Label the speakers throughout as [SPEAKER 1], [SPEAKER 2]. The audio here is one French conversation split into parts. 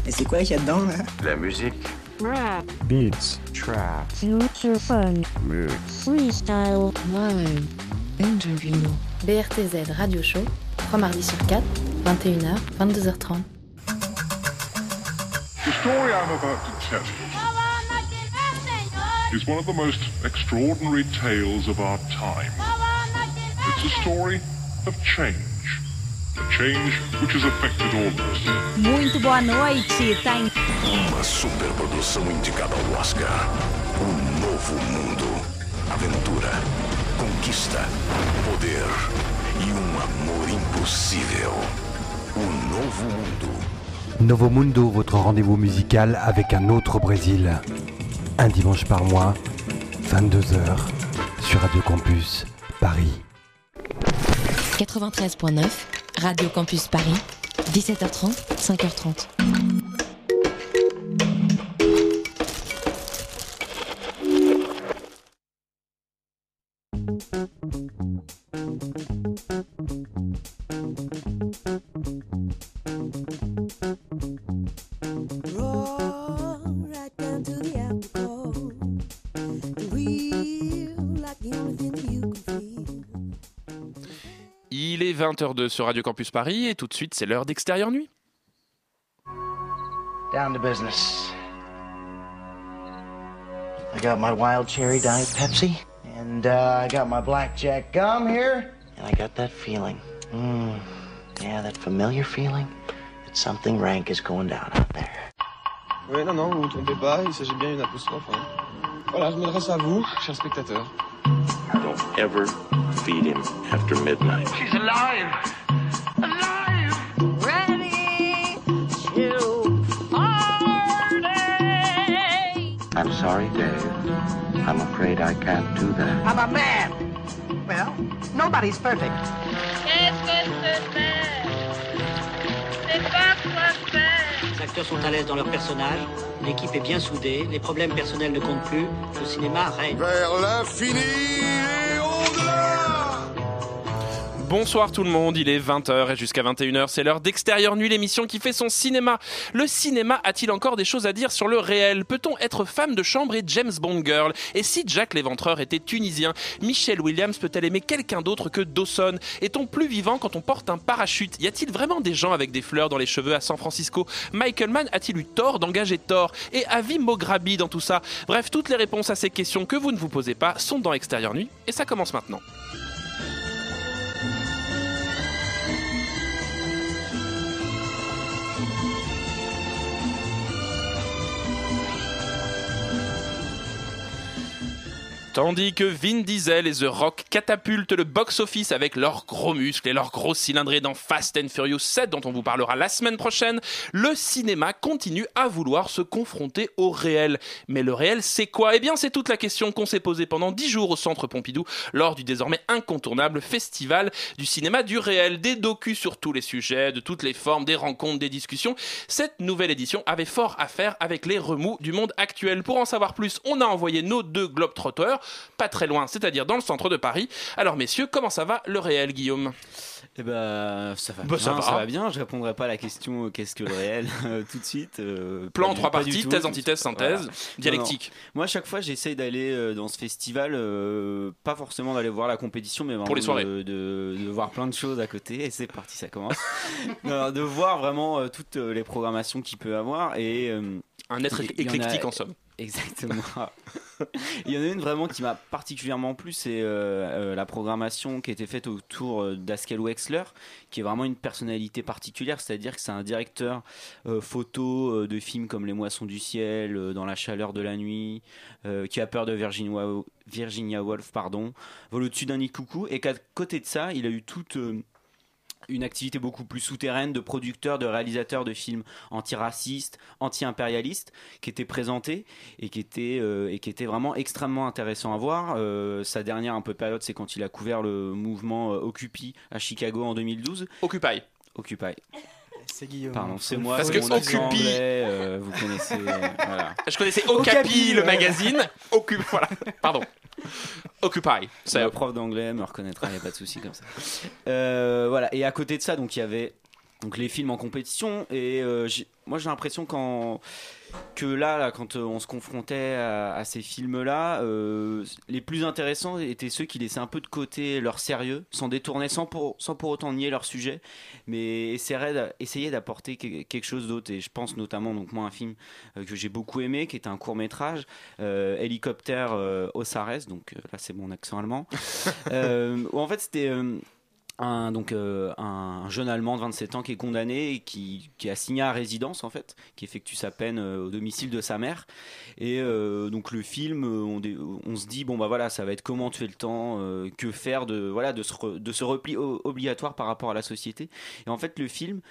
[SPEAKER 1] Et c'est quoi qu'il y a dedans, là?
[SPEAKER 2] La musique.
[SPEAKER 3] Rap.
[SPEAKER 4] Beats.
[SPEAKER 3] Trap. Future Fun.
[SPEAKER 4] Mix.
[SPEAKER 3] Freestyle. Live. Interview.
[SPEAKER 5] BRTZ Radio Show, 3 mardis sur 4, 21h, 22h30.
[SPEAKER 6] The story I'm about to tell you is one of the most extraordinary tales of our time. It's a story of change. A change which has affected all of us.
[SPEAKER 7] Muito boa noite, tá em...
[SPEAKER 8] Uma superprodução indicada ao Oscar. Um novo mundo. Aventura, conquista, poder e amor impossível. Novo Mundo.
[SPEAKER 9] Novo Mundo, votre rendez-vous musical avec un autre Brésil. Un dimanche par mois, 22h, sur Radio Campus Paris.
[SPEAKER 5] 93.9, Radio Campus Paris, 17h30, 5h30.
[SPEAKER 10] Il est 20h02 sur Radio Campus Paris et tout de suite c'est l'heure d'Extérieur Nuit.
[SPEAKER 11] Down to business. I got my wild cherry Diet Pepsi, and I got my blackjack gum here, and I got that feeling. Yeah, that familiar feeling that something rank is going down out there.
[SPEAKER 12] Oui, non, vous vous trompez pas, il s'agit bien d'une apostrophe. Hein. Voilà, je m'adresse à vous, chers spectateurs.
[SPEAKER 2] Don't ever feed him after midnight.
[SPEAKER 13] She's alive! Alive! Ready to party!
[SPEAKER 11] I'm sorry, Dave. I'm afraid I can't do that.
[SPEAKER 1] I'm a man! Well, nobody's perfect.
[SPEAKER 13] Qu'est-ce que c'est? C'est pas quoi faire!
[SPEAKER 14] Les acteurs sont à l'aise dans leur personnage, l'équipe est bien soudée, les problèmes personnels ne comptent plus, le cinéma règne.
[SPEAKER 6] Vers l'infini et au-delà!
[SPEAKER 10] Bonsoir tout le monde, il est 20h et jusqu'à 21h, c'est l'heure d'Extérieur Nuit, l'émission qui fait son cinéma. Le cinéma a-t-il encore des choses à dire sur le réel? Peut-on être femme de chambre et James Bond girl? Et si Jack l'Éventreur était tunisien, Michelle Williams peut-elle aimer quelqu'un d'autre que Dawson? Est-on plus vivant quand on porte un parachute? Y a-t-il vraiment des gens avec des fleurs dans les cheveux à San Francisco? Michael Mann a-t-il eu tort d'engager Thor? Et Avi Mograbi dans tout ça? Bref, toutes les réponses à ces questions que vous ne vous posez pas sont dans Extérieur Nuit et ça commence maintenant. Tandis que Vin Diesel et The Rock catapultent le box-office avec leurs gros muscles et leurs grosses cylindrées dans Fast and Furious 7, dont on vous parlera la semaine prochaine, le cinéma continue à vouloir se confronter au réel. Mais le réel, c'est quoi? Eh bien, c'est toute la question qu'on s'est posée pendant 10 jours au Centre Pompidou, lors du désormais incontournable festival du cinéma du réel. Des docus sur tous les sujets, de toutes les formes, des rencontres, des discussions. Cette nouvelle édition avait fort à faire avec les remous du monde actuel. Pour en savoir plus, on a envoyé nos deux globetrotters, pas très loin, c'est-à-dire dans le centre de Paris. Alors messieurs, comment ça va le réel, Guillaume?
[SPEAKER 15] Eh ben, ça va bien, ça va bien. Je répondrai pas à la question qu'est-ce que le réel tout de suite.
[SPEAKER 10] Plan en 3 parties, thèse, antithèse, synthèse, voilà. Dialectique.
[SPEAKER 15] Non. Moi, à chaque fois, j'essaye d'aller dans ce festival, pas forcément d'aller voir la compétition, mais vraiment
[SPEAKER 10] pour les soirées.
[SPEAKER 15] De voir plein de choses à côté. Et c'est parti, ça commence. Non, de voir vraiment toutes les programmations qu'il peut avoir et
[SPEAKER 10] un être éclectique en somme.
[SPEAKER 15] Exactement. Il y en a une vraiment qui m'a particulièrement plu, c'est la programmation qui a été faite autour d'Askel Wexler, qui est vraiment une personnalité particulière, c'est-à-dire que c'est un directeur photo de films comme Les Moissons du Ciel, Dans la chaleur de la nuit, Qui a peur de Virginia Woolf, Vol au-dessus d'un nid de coucou, et qu'à côté de ça, il a eu toute une activité beaucoup plus souterraine de producteurs, de réalisateurs de films antiracistes, anti-impérialistes qui étaient présentés et qui étaient vraiment extrêmement intéressants à voir. Sa dernière un peu période, c'est quand il a couvert le mouvement Occupy à Chicago en 2012.
[SPEAKER 10] Occupy.
[SPEAKER 15] C'est Guillaume. Pardon, c'est moi.
[SPEAKER 10] Parce que Occupy,
[SPEAKER 15] vous connaissez. Voilà.
[SPEAKER 10] Je connaissais Okapi, le magazine. Voilà. Pardon. Occupy.
[SPEAKER 15] Le prof d'anglais me reconnaîtra, il n'y a pas de souci comme ça. Voilà. Et à côté de ça, donc il y avait donc les films en compétition. Et moi j'ai l'impression que là, quand on se confrontait à ces films-là, les plus intéressants étaient ceux qui laissaient un peu de côté leur sérieux, s'en détournaient sans pour autant nier leur sujet, mais essayaient d'apporter quelque chose d'autre. Et je pense notamment, donc moi, un film que j'ai beaucoup aimé, qui était un court-métrage, Hélicoptère Osares, donc là c'est mon accent allemand, où en fait c'était... un jeune Allemand de 27 ans qui est condamné et qui est assigné à résidence en fait, qui effectue sa peine au domicile de sa mère. Et donc le film, on se dit bon bah voilà, ça va être comment tuer le temps, que faire de ce repli obligatoire par rapport à la société. Et en fait le film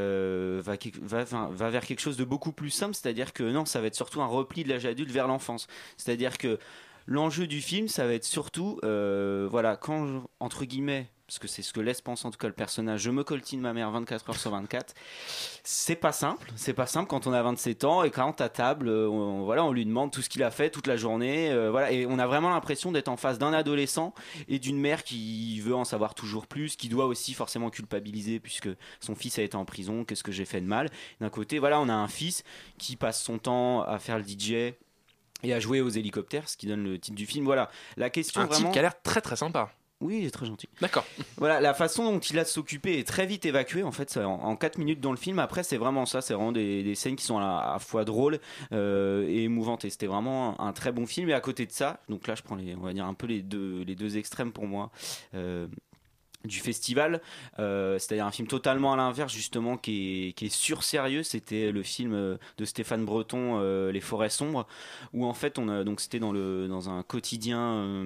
[SPEAKER 15] va vers quelque chose de beaucoup plus simple, c'est-à-dire que non, ça va être surtout un repli de l'âge adulte vers l'enfance. C'est-à-dire que l'enjeu du film, ça va être surtout quand entre guillemets, parce que c'est ce que laisse penser en tout cas le personnage, je me coltine ma mère 24 heures sur 24. C'est pas simple quand on a 27 ans et quand à table, on lui demande tout ce qu'il a fait toute la journée, et on a vraiment l'impression d'être en face d'un adolescent et d'une mère qui veut en savoir toujours plus, qui doit aussi forcément culpabiliser puisque son fils a été en prison, qu'est-ce que j'ai fait de mal. D'un côté, on a un fils qui passe son temps à faire le DJ et à jouer aux hélicoptères, ce qui donne le titre du film. Voilà, la question
[SPEAKER 10] type qui a l'air très très sympa.
[SPEAKER 15] Oui, il est très gentil.
[SPEAKER 10] D'accord.
[SPEAKER 15] Voilà, la façon dont il a de s'occuper est très vite évacuée. En fait, en 4 minutes dans le film. Après, c'est vraiment ça. C'est vraiment des scènes qui sont à la fois drôles et émouvantes. Et c'était vraiment un très bon film. Et à côté de ça, donc là, je prends on va dire un peu les deux extrêmes pour moi. Du festival, c'est-à-dire un film totalement à l'inverse justement qui est sur-sérieux. C'était le film de Stéphane Breton, Les Forêts Sombres, où en fait c'était dans un quotidien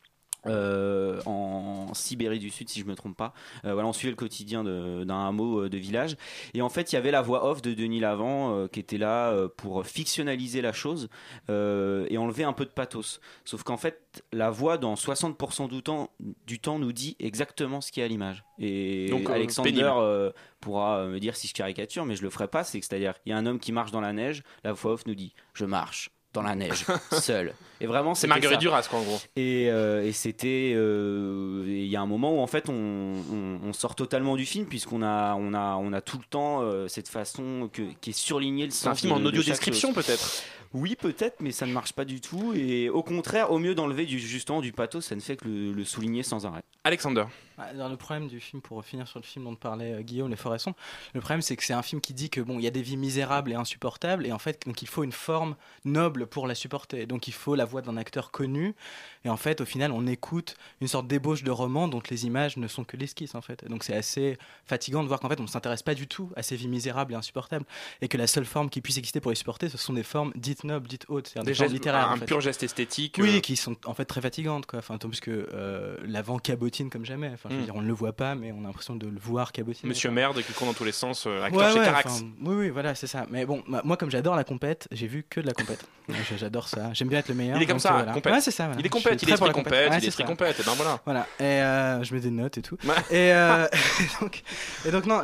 [SPEAKER 15] en Sibérie du Sud si je me trompe pas. On suivait le quotidien d'un hameau de village et en fait il y avait la voix off de Denis Lavant qui était là pour fictionnaliser la chose et enlever un peu de pathos, sauf qu'en fait la voix dans 60% du temps nous dit exactement ce qu'il y a à l'image. Et donc, Alexander pourra me dire si je caricature, mais je le ferai pas. C'est-à-dire il y a un homme qui marche dans la neige, la voix off nous dit je marche dans la neige, seul. Et vraiment,
[SPEAKER 10] c'est Marguerite Duras, quoi, en gros.
[SPEAKER 15] Et c'était, il y a un moment où en fait, on sort totalement du film puisqu'on a tout le temps cette façon qui est surlignée le sens.
[SPEAKER 10] C'est un film en audio description, peut-être.
[SPEAKER 15] Oui, peut-être, mais ça ne marche pas du tout. Et au contraire, au mieux d'enlever justement du pathos, ça ne fait que le souligner sans arrêt.
[SPEAKER 10] Alexander.
[SPEAKER 4] Le problème du film, pour finir sur le film dont parlait Guillaume, Les Forêts Sombres, le problème c'est que c'est un film qui dit que il y a des vies misérables et insupportables, et en fait donc il faut une forme noble pour la supporter. Donc il faut la voix d'un acteur connu, et en fait au final on écoute une sorte d'ébauche de roman dont les images ne sont que l'esquisse en fait. Donc c'est assez fatigant de voir qu'en fait on ne s'intéresse pas du tout à ces vies misérables et insupportables, et que la seule forme qui puisse exister pour les supporter, ce sont des formes dites nobles, dites hautes, c'est-à-dire des formes littéraires.
[SPEAKER 10] Un pur geste esthétique.
[SPEAKER 4] Oui, qui sont en fait très fatigantes, quoi. Enfin, parce que l'avant cabotine comme jamais. Enfin, je veux dire, on ne le voit pas, mais on a l'impression de le voir cabotiner.
[SPEAKER 10] Monsieur Merde qui court dans tous les sens, acteur chez Carax.
[SPEAKER 4] Oui, voilà, c'est ça. Mais bon, moi, comme j'adore la compète, j'ai vu que de la compète. J'adore ça. J'aime bien être le meilleur.
[SPEAKER 10] Il est comme ça,
[SPEAKER 4] voilà.
[SPEAKER 10] compète.
[SPEAKER 4] Ouais, c'est ça. Voilà.
[SPEAKER 10] Il est compète, il est esprit compète, il est esprit compète. Et ben voilà.
[SPEAKER 4] Voilà. Et je mets des notes et tout. Et donc non,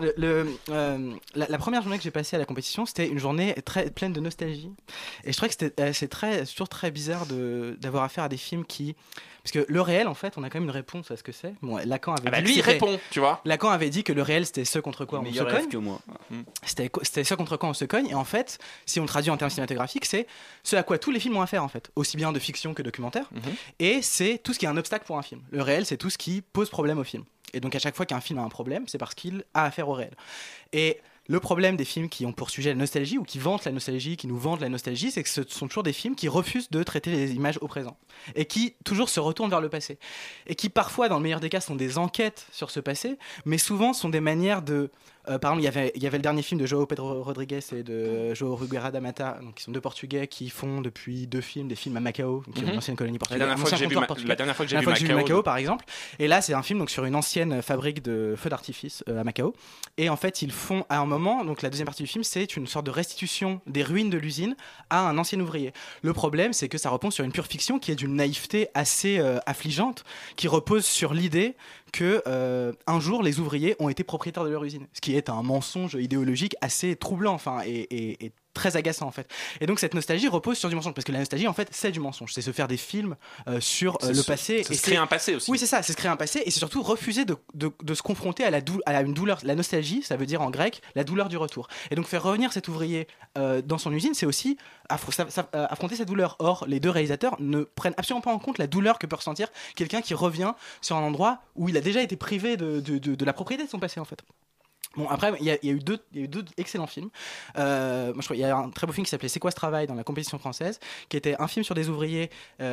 [SPEAKER 4] la première journée que j'ai passée à la compétition, c'était une journée très pleine de nostalgie. Et je trouvais que c'est toujours très bizarre d'avoir affaire à des films qui... Parce que le réel, en fait, on a quand même une réponse à ce que c'est. Bon, Lacan avait dit
[SPEAKER 10] lui, il répond, tu vois.
[SPEAKER 4] Lacan avait dit que le réel, c'était ce contre quoi on se cogne.
[SPEAKER 15] Que moi.
[SPEAKER 4] C'était ce contre quoi on se cogne. Et en fait, si on traduit en termes cinématographiques, c'est ce à quoi tous les films ont affaire, en fait. Aussi bien de fiction que documentaire. Et c'est tout ce qui est un obstacle pour un film. Le réel, c'est tout ce qui pose problème au film. Et donc, à chaque fois qu'un film a un problème, c'est parce qu'il a affaire au réel. Et... le problème des films qui ont pour sujet la nostalgie ou qui vantent la nostalgie, qui nous vendent la nostalgie, c'est que ce sont toujours des films qui refusent de traiter les images au présent et qui toujours se retournent vers le passé et qui parfois, dans le meilleur des cas, sont des enquêtes sur ce passé, mais souvent sont des manières de... par exemple, il y avait le dernier film de João Pedro Rodrigues et de João Rigueira da Mata, donc, qui sont deux Portugais qui font depuis 2 films, des films à Macao, qui est une ancienne colonie portugaise.
[SPEAKER 10] La dernière fois que j'ai vu
[SPEAKER 4] Macao, par exemple. Et là, c'est un film donc, sur une ancienne fabrique de feux d'artifice à Macao. Et en fait, ils font à un moment, donc la deuxième partie du film, c'est une sorte de restitution des ruines de l'usine à un ancien ouvrier. Le problème, c'est que ça repose sur une pure fiction qui est d'une naïveté assez affligeante, qui repose sur l'idée que un jour les ouvriers ont été propriétaires de leur usine, ce qui est un mensonge idéologique assez troublant, et très agaçant en fait. Et donc cette nostalgie repose sur du mensonge, parce que la nostalgie en fait c'est du mensonge, c'est se faire des films sur le passé.
[SPEAKER 10] C'est se créer un passé aussi.
[SPEAKER 4] Oui, c'est ça, c'est se créer un passé, et c'est surtout refuser de se confronter à une douleur. La nostalgie, ça veut dire en grec la douleur du retour. Et donc faire revenir cet ouvrier dans son usine, c'est aussi affronter cette douleur. Or, les deux réalisateurs ne prennent absolument pas en compte la douleur que peut ressentir quelqu'un qui revient sur un endroit où il a déjà été privé de la propriété de son passé en fait. Bon, après, il y a eu deux excellents films. Moi, je crois qu'il y a un très beau film qui s'appelait C'est quoi ce travail dans la compétition française, qui était un film sur des ouvriers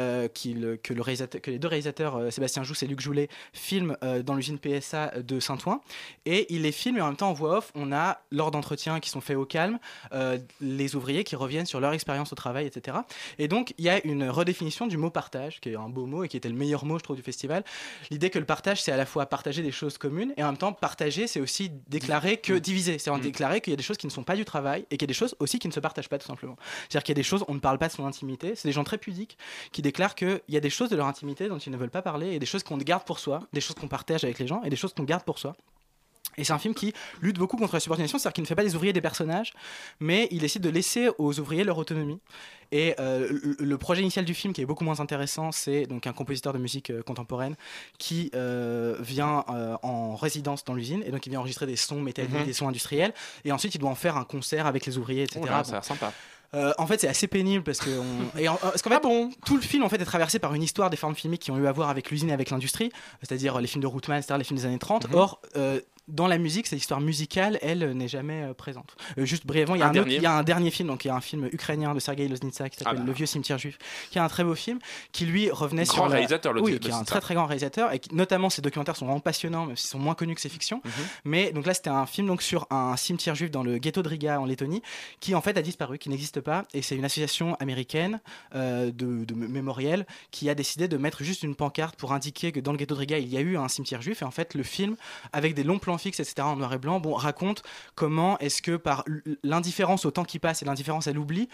[SPEAKER 4] que les deux réalisateurs, Sébastien Jousse et Luc Joulet, filment dans l'usine PSA de Saint-Ouen. Et ils les filment et en même temps, en voix off, on a, lors d'entretiens qui sont faits au calme, les ouvriers qui reviennent sur leur expérience au travail, etc. Et donc, il y a une redéfinition du mot partage, qui est un beau mot et qui était le meilleur mot, je trouve, du festival. L'idée que le partage, c'est à la fois partager des choses communes et en même temps, partager, c'est aussi déclarer que diviser, c'est-à-dire déclarer qu'il y a des choses qui ne sont pas du travail et qu'il y a des choses aussi qui ne se partagent pas tout simplement. C'est-à-dire qu'il y a des choses, on ne parle pas de son intimité, c'est des gens très pudiques qui déclarent qu'il y a des choses de leur intimité dont ils ne veulent pas parler et des choses qu'on garde pour soi, des choses qu'on partage avec les gens et des choses qu'on garde pour soi. Et c'est un film qui lutte beaucoup contre la subordination, c'est-à-dire qu'il ne fait pas des ouvriers des personnages, mais il décide de laisser aux ouvriers leur autonomie. Et le projet initial du film, qui est beaucoup moins intéressant, c'est donc un compositeur de musique contemporaine qui vient en résidence dans l'usine, et donc il vient enregistrer des sons métalliques, des sons industriels, et ensuite il doit en faire un concert avec les ouvriers, etc.
[SPEAKER 10] Oh là, ça a l'air sympa.
[SPEAKER 4] En fait, c'est assez pénible parce parce qu'en fait, tout le film en fait est traversé par une histoire des formes filmiques qui ont eu à voir avec l'usine et avec l'industrie, c'est-à-dire les films de Routman, c'est-à-dire les films des années 30. Or, dans la musique, cette histoire musicale, elle, n'est jamais présente. Juste brièvement, il y a un dernier film, donc il y a un film ukrainien de Sergei Loznitsa qui s'appelle Le Vieux Cimetière Juif, qui est un très beau film, qui lui revenait sur
[SPEAKER 10] réalisateur,
[SPEAKER 4] qui est un très très grand réalisateur, et notamment ses documentaires sont vraiment passionnants, même s'ils sont moins connus que ses fictions. Mais donc là, c'était un film donc sur un cimetière juif dans le ghetto de Riga en Lettonie, qui en fait a disparu, qui n'existe pas, et c'est une association américaine de mémoriel qui a décidé de mettre juste une pancarte pour indiquer que dans le ghetto de Riga il y a eu un cimetière juif, et en fait le film, avec des longs plans fixes, etc., en noir et blanc, raconte comment est-ce que par l'indifférence au temps qui passe et l'indifférence à l'oubli,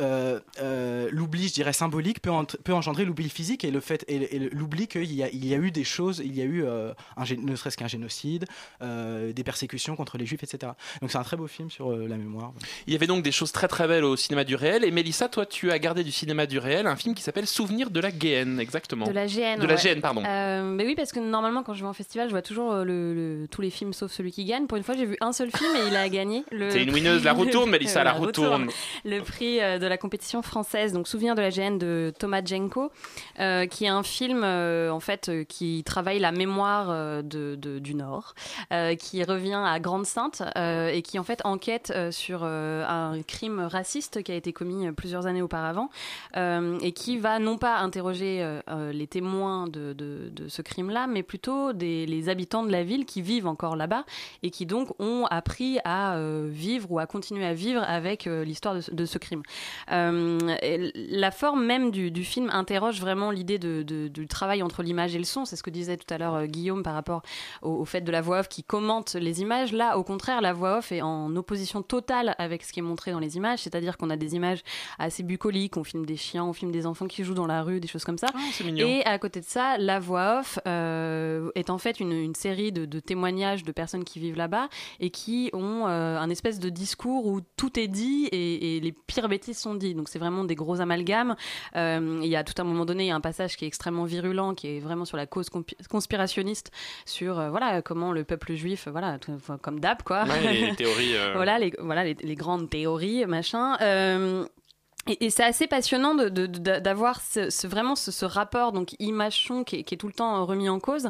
[SPEAKER 4] l'oubli, je dirais symbolique, peut engendrer l'oubli physique, et le fait et l'oubli qu'il y a eu des choses, il y a eu ne serait-ce qu'un génocide, des persécutions contre les juifs, etc. Donc c'est un très beau film sur la mémoire.
[SPEAKER 10] Il y avait donc des choses très très belles au cinéma du réel, et Mélissa, toi tu as gardé du cinéma du réel un film qui s'appelle Souvenir de la GN, exactement.
[SPEAKER 16] De la GN.
[SPEAKER 10] De la GN, pardon.
[SPEAKER 16] Mais oui, parce que normalement quand je vais en festival, je vois toujours tous les films sauf celui qui gagne. Pour une fois, j'ai vu un seul film et il a gagné.
[SPEAKER 10] C'est une winneuse, la retourne, Mélissa, la retourne.
[SPEAKER 16] Le prix de la compétition française, donc Souvenir de la GN de Thomas Jenko, qui est un film en fait qui travaille la mémoire du Nord, qui revient à Grande-Sainte et qui en fait enquête sur un crime raciste qui a été commis plusieurs années auparavant et qui va non pas interroger les témoins de ce crime-là, mais plutôt les habitants de la ville qui vivent encore là-bas et qui donc ont appris à vivre ou à continuer à vivre avec l'histoire de ce crime. La forme même du film interroge vraiment l'idée du travail entre l'image et le son. C'est ce que disait tout à l'heure Guillaume par rapport au fait de la voix off qui commente les images. Là, au contraire, la voix off est en opposition totale avec ce qui est montré dans les images, c'est-à-dire qu'on a des images assez bucoliques, on filme des chiens, on filme des enfants qui jouent dans la rue, des choses comme ça.
[SPEAKER 10] C'est mignon.
[SPEAKER 16] Et à côté de ça, la voix off est en fait une série de témoignages de personnes qui vivent là-bas et qui ont un espèce de discours où tout est dit et les pires bêtises sont dites. Donc c'est vraiment des gros amalgames. Il y a tout un moment donné, il y a un passage qui est extrêmement virulent, qui est vraiment sur la cause conspirationniste, sur comment le peuple juif, comme d'hab quoi.
[SPEAKER 10] Ouais, les théories.
[SPEAKER 16] Les grandes théories, machin. Et c'est assez passionnant d'avoir vraiment ce rapport donc image-son qui est tout le temps remis en cause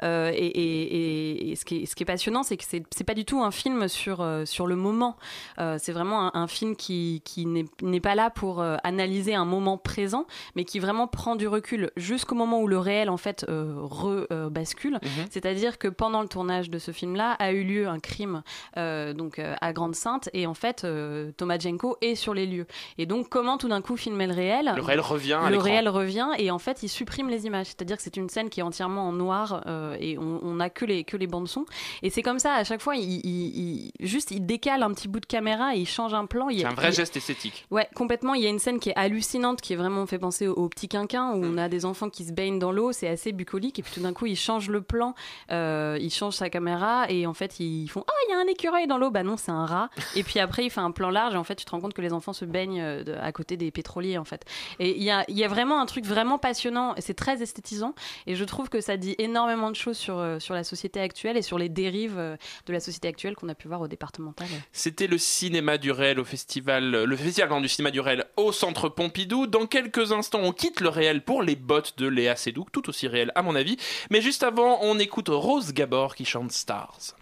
[SPEAKER 16] et ce qui est passionnant, c'est que c'est pas du tout un film sur le moment, c'est vraiment un film qui n'est pas là pour analyser un moment présent, mais qui vraiment prend du recul jusqu'au moment où le réel en fait bascule. C'est-à-dire que pendant le tournage de ce film-là a eu lieu un crime donc à Grande-Sainte, et en fait Thomas Jenko est sur les lieux, et donc comment tout d'un coup filmer le réel.
[SPEAKER 10] Le réel revient à
[SPEAKER 16] Le
[SPEAKER 10] l'écran.
[SPEAKER 16] réel revient et en fait il supprime les images. C'est-à-dire que c'est une scène qui est entièrement en noir et on n'a que les bandes son. Et c'est comme ça à chaque fois, il décale un petit bout de caméra et il change un plan.
[SPEAKER 10] C'est un vrai geste esthétique.
[SPEAKER 16] Ouais, complètement. Il y a une scène qui est hallucinante, qui est vraiment fait penser au petit quinquin où on a des enfants qui se baignent dans l'eau. C'est assez bucolique et puis tout d'un coup il change le plan, il change sa caméra et en fait ils font il y a un écureuil dans l'eau. Bah non, c'est un rat. Et puis après il fait un plan large et en fait tu te rends compte que les enfants se baignent à côté des pétroliers en fait. Et il y a vraiment un truc vraiment passionnant et c'est très esthétisant et je trouve que ça dit énormément de choses sur la société actuelle et sur les dérives de la société actuelle qu'on a pu voir au départemental.
[SPEAKER 10] C'était le cinéma du réel au festival, le festival du cinéma du réel au Centre Pompidou. Dans quelques instants, on quitte le réel pour les bottes de Léa Seydoux, tout aussi réel à mon avis. Mais juste avant, on écoute Rose Gabor qui chante Stars.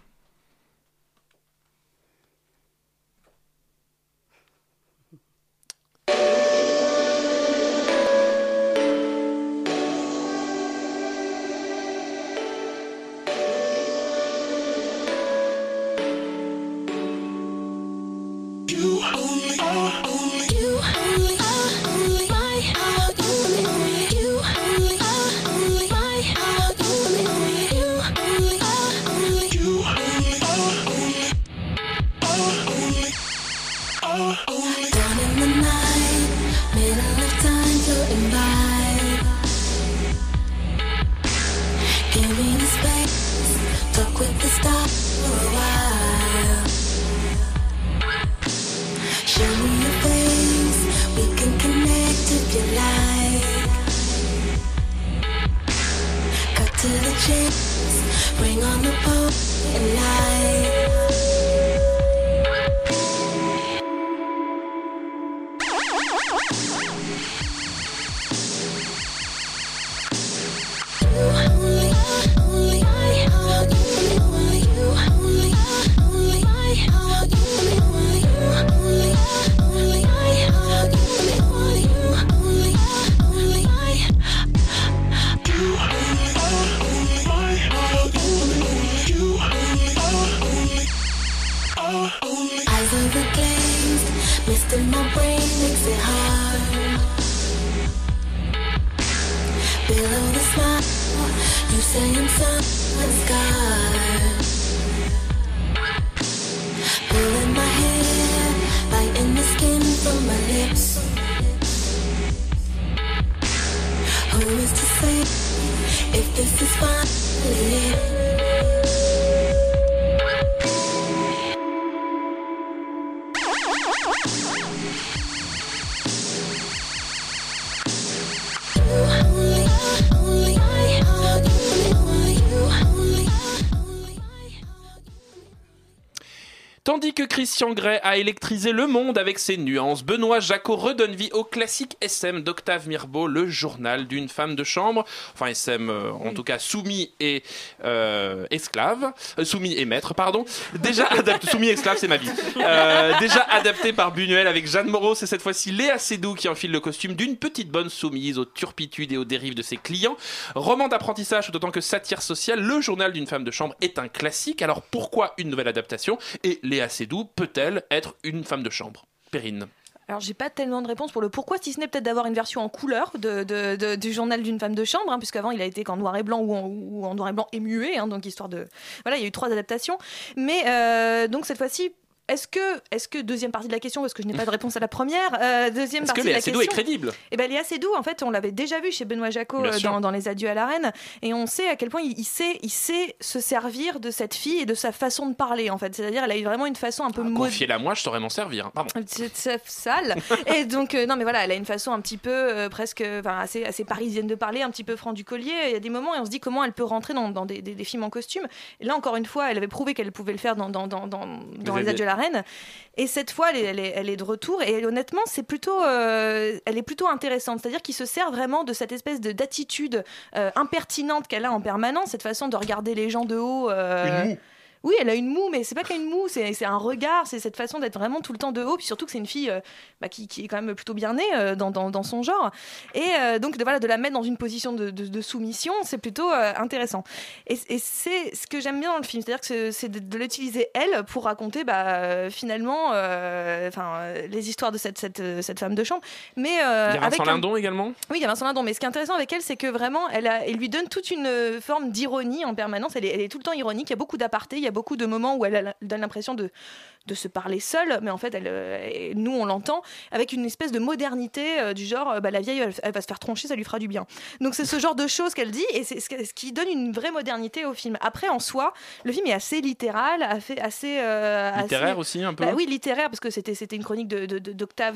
[SPEAKER 13] Bring on the pole and light. Eyes overglazed, mist in my brain makes it hard. Below the smile, you say I'm someone's scarred. Pulling my hair, biting the skin from my lips. Who is to say if this is finally it?
[SPEAKER 10] Tandis que Christian Grey a électrisé le monde avec ses nuances, Benoît Jacot redonne vie au classique SM d'Octave Mirbeau, le journal d'une femme de chambre, enfin SM en tout cas soumis et esclave, soumis et maître, pardon, déjà adapté, soumis et esclave c'est ma vie, déjà adapté par Buñuel avec Jeanne Moreau, c'est cette fois-ci Léa Seydoux qui enfile le costume d'une petite bonne soumise aux turpitudes et aux dérives de ses clients. Roman d'apprentissage d'autant que satire sociale, le journal d'une femme de chambre est un classique, alors pourquoi une nouvelle adaptation et Léa Seydoux peut-elle être une femme de chambre? Perrine.
[SPEAKER 17] Alors, j'ai pas tellement de réponse pour le pourquoi, si ce n'est peut-être d'avoir une version en couleur du journal d'une femme de chambre, puisqu'avant il a été qu'en noir et blanc ou en noir et blanc et muet, donc histoire de. Voilà, il y a eu 3 adaptations. Mais donc cette fois-ci. Est-ce que deuxième partie de la question, parce que je n'ai pas de réponse à la première, deuxième partie de la question. Est-ce que Léa Seydoux
[SPEAKER 10] est crédible?
[SPEAKER 17] Eh ben Léa Seydoux, en fait, on l'avait déjà vu chez Benoît Jacot dans Les Adieux à la Reine, et on sait à quel point il sait se servir de cette fille et de sa façon de parler, en fait. C'est-à-dire, elle a eu vraiment une façon un peu
[SPEAKER 10] confiez-la moi, je saurais m'en servir. Pardon.
[SPEAKER 17] C'est sale. Et donc non, mais voilà, elle a une façon un petit peu presque, assez parisienne de parler, un petit peu franc du collier. Il y a des moments et on se dit comment elle peut rentrer dans des films en costume. Et là, encore une fois, elle avait prouvé qu'elle pouvait le faire dans Les Adieux à la Reine. Et cette fois, elle est de retour. Et honnêtement, elle est plutôt intéressante. C'est-à-dire qu'il se sert vraiment de cette espèce d'attitude impertinente qu'elle a en permanence, cette façon de regarder les gens de haut.
[SPEAKER 10] Une moue.
[SPEAKER 17] Oui, elle a une moue, mais c'est pas qu'une moue, c'est un regard, c'est cette façon d'être vraiment tout le temps de haut, puis surtout que c'est une fille qui est quand même plutôt bien née dans son genre. Et donc, de la mettre dans une position de soumission, c'est plutôt intéressant. Et c'est ce que j'aime bien dans le film, c'est-à-dire que c'est de l'utiliser, elle, pour raconter finalement les histoires de cette femme de chambre. Mais,
[SPEAKER 10] il y a Vincent Lindon également.
[SPEAKER 17] Oui, il y a Vincent Lindon, mais ce qui est intéressant avec elle, c'est que vraiment, elle lui donne toute une forme d'ironie en permanence. Elle est tout le temps ironique, il y a beaucoup d'apartés, il y a beaucoup de moments où elle donne l'impression de se parler seule, mais en fait, nous, on l'entend, avec une espèce de modernité du genre, la vieille, elle va se faire troncher, ça lui fera du bien. Donc, c'est ce genre de choses qu'elle dit, et c'est ce qui donne une vraie modernité au film. Après, en soi, le film est assez littéral, assez
[SPEAKER 10] littéraire aussi, un peu.
[SPEAKER 17] Oui, littéraire, parce que c'était une chronique d'Octave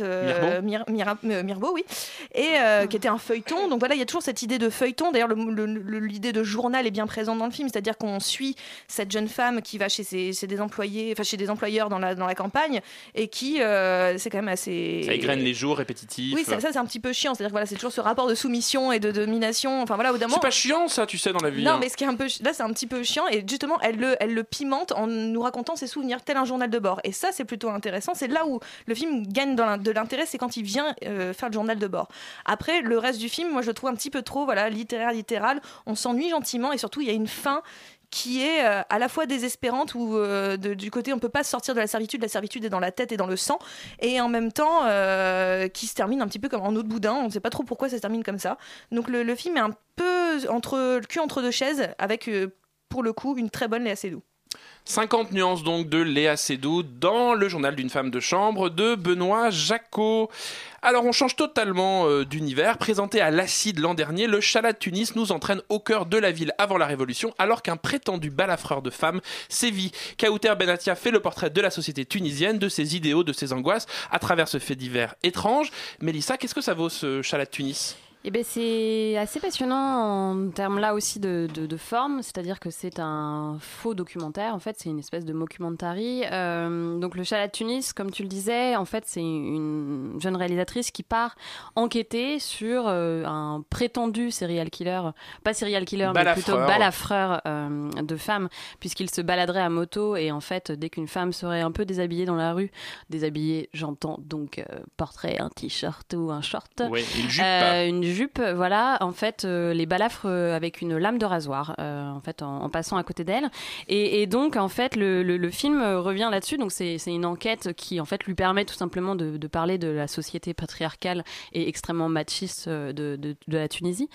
[SPEAKER 17] Mirbeau, oui, et qui était un feuilleton. Donc voilà, il y a toujours cette idée de feuilleton. D'ailleurs, l'idée de journal est bien présente dans le film, c'est-à-dire qu'on suit cette jeune femme qui va chez des employeurs dans la campagne, et qui c'est quand même assez...
[SPEAKER 10] Ça égrène les jours répétitifs.
[SPEAKER 17] Oui, ça c'est un petit peu chiant, c'est-à-dire que voilà, c'est toujours ce rapport de soumission et de domination. Enfin voilà,
[SPEAKER 10] c'est pas chiant ça, tu sais, dans la vie.
[SPEAKER 17] Non, mais ce qui est un peu là, c'est un petit peu chiant, et justement elle le pimente en nous racontant ses souvenirs tel un journal de bord, et ça c'est plutôt intéressant. C'est là où le film gagne de l'intérêt, c'est quand il vient faire le journal de bord. Après, le reste du film, moi je le trouve un petit peu trop littéral, on s'ennuie gentiment, et surtout il y a une fin qui est à la fois désespérante, où du côté on peut pas sortir de la servitude est dans la tête et dans le sang, et en même temps qui se termine un petit peu comme en eau de boudin, on sait pas trop pourquoi ça se termine comme ça. Donc le film est un peu le cul entre deux chaises, avec pour le coup une très bonne Léa Seydoux.
[SPEAKER 10] 50 nuances donc de Léa Seydoux dans le journal d'une femme de chambre de Benoît Jacquot. Alors on change totalement d'univers. Présenté à l'Acide l'an dernier, le Chalat de Tunis nous entraîne au cœur de la ville avant la Révolution, alors qu'un prétendu balafreur de femmes sévit. Kauter Benattia fait le portrait de la société tunisienne, de ses idéaux, de ses angoisses, à travers ce fait divers étrange. Mélissa, qu'est-ce que ça vaut ce Chalat de Tunis ?
[SPEAKER 16] C'est assez passionnant en termes là aussi de forme, c'est-à-dire que c'est un faux documentaire, en fait c'est une espèce de mockumentary. Donc le Chalat de Tunis, comme tu le disais, en fait c'est une jeune réalisatrice qui part enquêter sur un prétendu serial killer, pas serial killer mais plutôt balafreur de femmes, puisqu'il se baladerait à moto, et en fait dès qu'une femme serait un peu déshabillée dans la rue, déshabillée j'entends donc porterait un t-shirt ou un short, une jupe, voilà, en fait, les balafres avec une lame de rasoir, en fait, en passant à côté d'elle. Et donc, en fait, le film revient là-dessus. Donc, c'est une enquête qui, en fait, lui permet tout simplement de parler de la société patriarcale et extrêmement machiste de la Tunisie.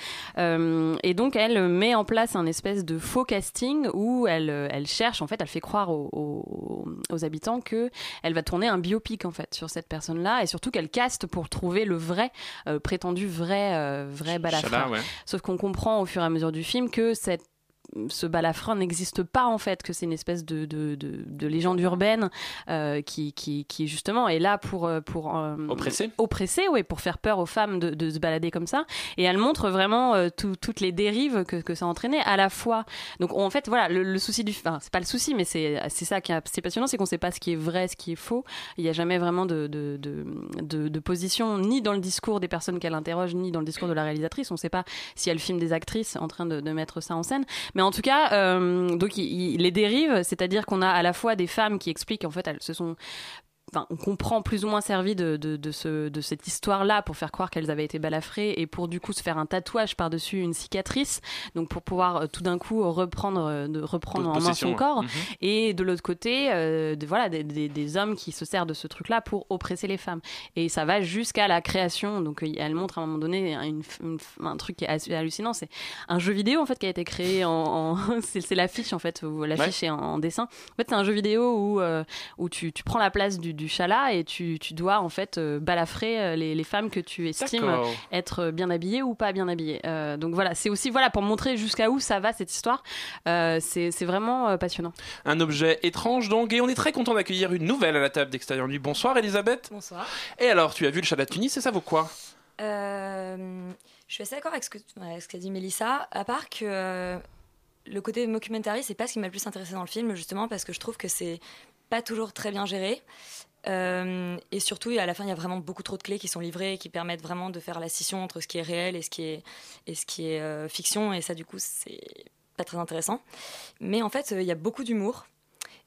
[SPEAKER 16] Et donc, elle met en place un espèce de faux casting où elle cherche, en fait, elle fait croire aux habitants qu'elle va tourner un biopic, en fait, sur cette personne-là, et surtout qu'elle caste pour trouver le vrai, prétendu vrai balafreur. Sauf qu'on comprend au fur et à mesure du film que ce balafreur n'existe pas, en fait, que c'est une espèce de légende urbaine qui justement est là pour oppresser, oui, pour faire peur aux femmes de se balader comme ça. Et elle montre vraiment toutes les dérives que ça a entraîné, à la fois. Donc en fait voilà, le souci c'est pas le souci, mais c'est ça qui est assez passionnant, c'est qu'on sait pas ce qui est vrai, ce qui est faux. Il y a jamais vraiment de position, ni dans le discours des personnes qu'elle interroge, ni dans le discours de la réalisatrice. On sait pas si elle filme des actrices en train de mettre ça en scène. Mais en tout cas, donc il les dérive, c'est-à-dire qu'on a à la fois des femmes qui expliquent, en fait, elles se sont... Enfin, on comprend plus ou moins servi de cette histoire-là pour faire croire qu'elles avaient été balafrées, et pour du coup se faire un tatouage par-dessus une cicatrice, donc pour pouvoir tout d'un coup reprendre en main son corps. Et de l'autre côté, des hommes qui se servent de ce truc-là pour oppresser les femmes. Et ça va jusqu'à la création. Donc elle montre à un moment donné un truc qui est assez hallucinant. C'est un jeu vidéo, en fait, qui a été créé c'est l'affiche, en fait, où l'affiche est en dessin. En fait, c'est un jeu vidéo où tu prends la place du Chalat, et tu dois, en fait, balafrer les femmes que tu estimes être bien habillées ou pas bien habillées. Donc voilà, c'est aussi pour montrer jusqu'à où ça va, cette histoire. C'est vraiment passionnant. Un objet étrange, donc, et on est très content d'accueillir une nouvelle à la table d'Extérieur Nuit. Bonsoir Elisabeth.
[SPEAKER 18] Bonsoir.
[SPEAKER 10] Et alors, tu as vu le Chalat de Tunis, et ça vaut quoi?
[SPEAKER 18] Je suis assez d'accord avec ce qu'a dit Mélissa, à part que le côté mockumentary, c'est pas ce qui m'a le plus intéressé dans le film, justement parce que je trouve que c'est pas toujours très bien géré. Et surtout, à la fin, il y a vraiment beaucoup trop de clés qui sont livrées et qui permettent vraiment de faire la scission entre ce qui est réel et ce qui est fiction. Et ça, du coup, c'est pas très intéressant. Mais en fait, il y a beaucoup d'humour.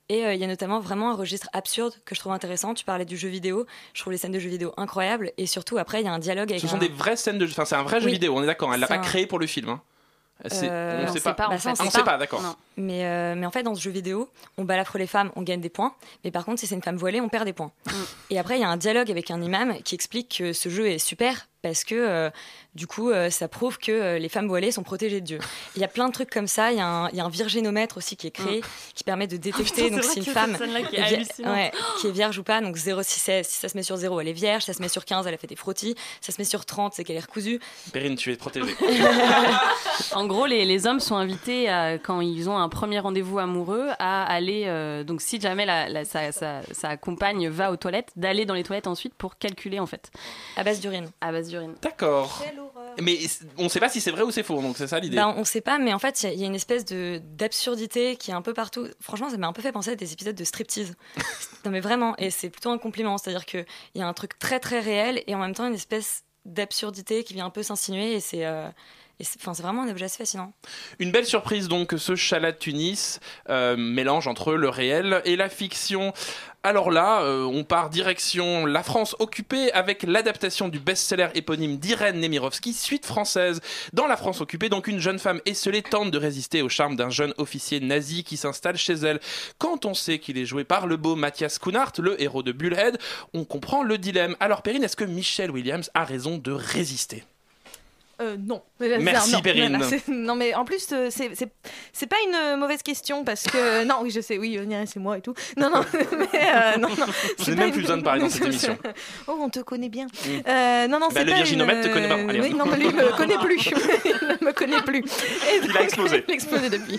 [SPEAKER 18] Et il y a notamment vraiment un registre absurde que je trouve intéressant. Tu parlais du jeu vidéo, je trouve les scènes de jeux vidéo incroyables. Et surtout, après, il y a un dialogue avec.
[SPEAKER 10] Ce sont des vraies scènes de jeu. Enfin, c'est un vrai jeu vidéo, on est d'accord. Elle l'a pas créé pour le film. Hein.
[SPEAKER 18] On ne sait pas.
[SPEAKER 10] On sait pas, d'accord.
[SPEAKER 18] Mais en fait, dans ce jeu vidéo, on balafre les femmes, on gagne des points. Mais par contre, si c'est une femme voilée, on perd des points. Et après, il y a un dialogue avec un imam qui explique que ce jeu est super parce que du coup, ça prouve que les femmes voilées sont protégées de Dieu. Il y a plein de trucs comme ça. Il y a un virgénomètre aussi qui est créé, qui permet de détecter donc si une femme qui est vierge ou pas. Donc 0, si ça se met sur 0, elle est vierge. Ça se met sur 15, elle a fait des frottis. Ça se met sur 30, c'est qu'elle est recousue.
[SPEAKER 10] Perrine, tu es protégée.
[SPEAKER 16] En gros, les hommes sont invités, quand ils ont un premier rendez-vous amoureux, à aller... donc si jamais sa compagne va aux toilettes, d'aller dans les toilettes ensuite pour calculer, en fait.
[SPEAKER 18] À base d'urine.
[SPEAKER 10] D'accord. Mais on ne sait pas si c'est vrai ou c'est faux, donc c'est ça l'idée.
[SPEAKER 18] On ne sait pas, mais en fait, il y a une espèce d'absurdité qui est un peu partout. Franchement, ça m'a un peu fait penser à des épisodes de striptease. Non, mais vraiment, et c'est plutôt un compliment. C'est-à-dire qu'il y a un truc très très réel et en même temps une espèce d'absurdité qui vient un peu s'insinuer et c'est vraiment un objet assez fascinant.
[SPEAKER 10] Une belle surprise donc, ce Chalat de Tunis, mélange entre le réel et la fiction. Alors là, on part direction la France occupée avec l'adaptation du best-seller éponyme d'Irène Nemirovsky, Suite française. Dans la France occupée, donc une jeune femme esseulée tente de résister au charme d'un jeune officier nazi qui s'installe chez elle. Quand on sait qu'il est joué par le beau Mathias Schoenaert, le héros de Bullhead, on comprend le dilemme. Alors Perrine, est-ce que Michelle Williams a raison de résister ?
[SPEAKER 17] Non.
[SPEAKER 10] Merci Perrine.
[SPEAKER 17] Non mais en plus c'est pas une mauvaise question parce que non oui je sais oui c'est moi et tout non mais non
[SPEAKER 10] vous n'avez même plus besoin de parler dans cette émission.
[SPEAKER 17] Oh on te connaît bien. Non c'est
[SPEAKER 10] le
[SPEAKER 17] pas
[SPEAKER 10] virginomètre te connaît pas. Allez,
[SPEAKER 17] oui, non mais lui il me connaît plus. Il me connaît plus.
[SPEAKER 10] Il a explosé.
[SPEAKER 17] Il a explosé depuis.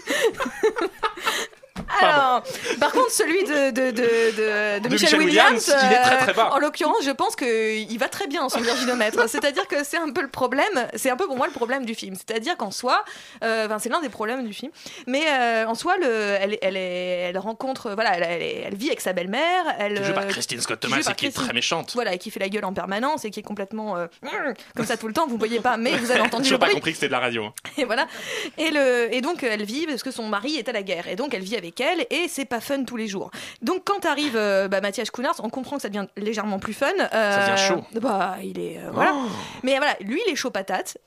[SPEAKER 17] Alors, par contre, celui de Michelle Williams,
[SPEAKER 10] il est très très bas.
[SPEAKER 17] En l'occurrence, je pense qu'il va très bien son virginomètre. C'est-à-dire que c'est un peu le problème, c'est un peu pour moi le problème du film. C'est-à-dire qu'en soi, c'est l'un des problèmes du film. Mais en soi, elle rencontre, voilà, elle vit avec sa belle-mère. Elle
[SPEAKER 10] joue par Christine Scott Thomas et qui est très méchante.
[SPEAKER 17] Voilà, et qui fait la gueule en permanence et qui est complètement comme ça tout le temps. Vous ne voyez pas, mais vous avez entendu le bruit.
[SPEAKER 10] Je n'ai pas compris que c'était de la radio.
[SPEAKER 17] Et voilà. Et donc elle vit parce que son mari est à la guerre. Et donc elle vit avec elle et c'est pas fun tous les jours. Donc quand arrive Mathias Schoenaert, on comprend que ça devient légèrement plus fun.
[SPEAKER 10] Ça devient chaud.
[SPEAKER 17] Il est voilà. Mais voilà, lui il est chaud patate.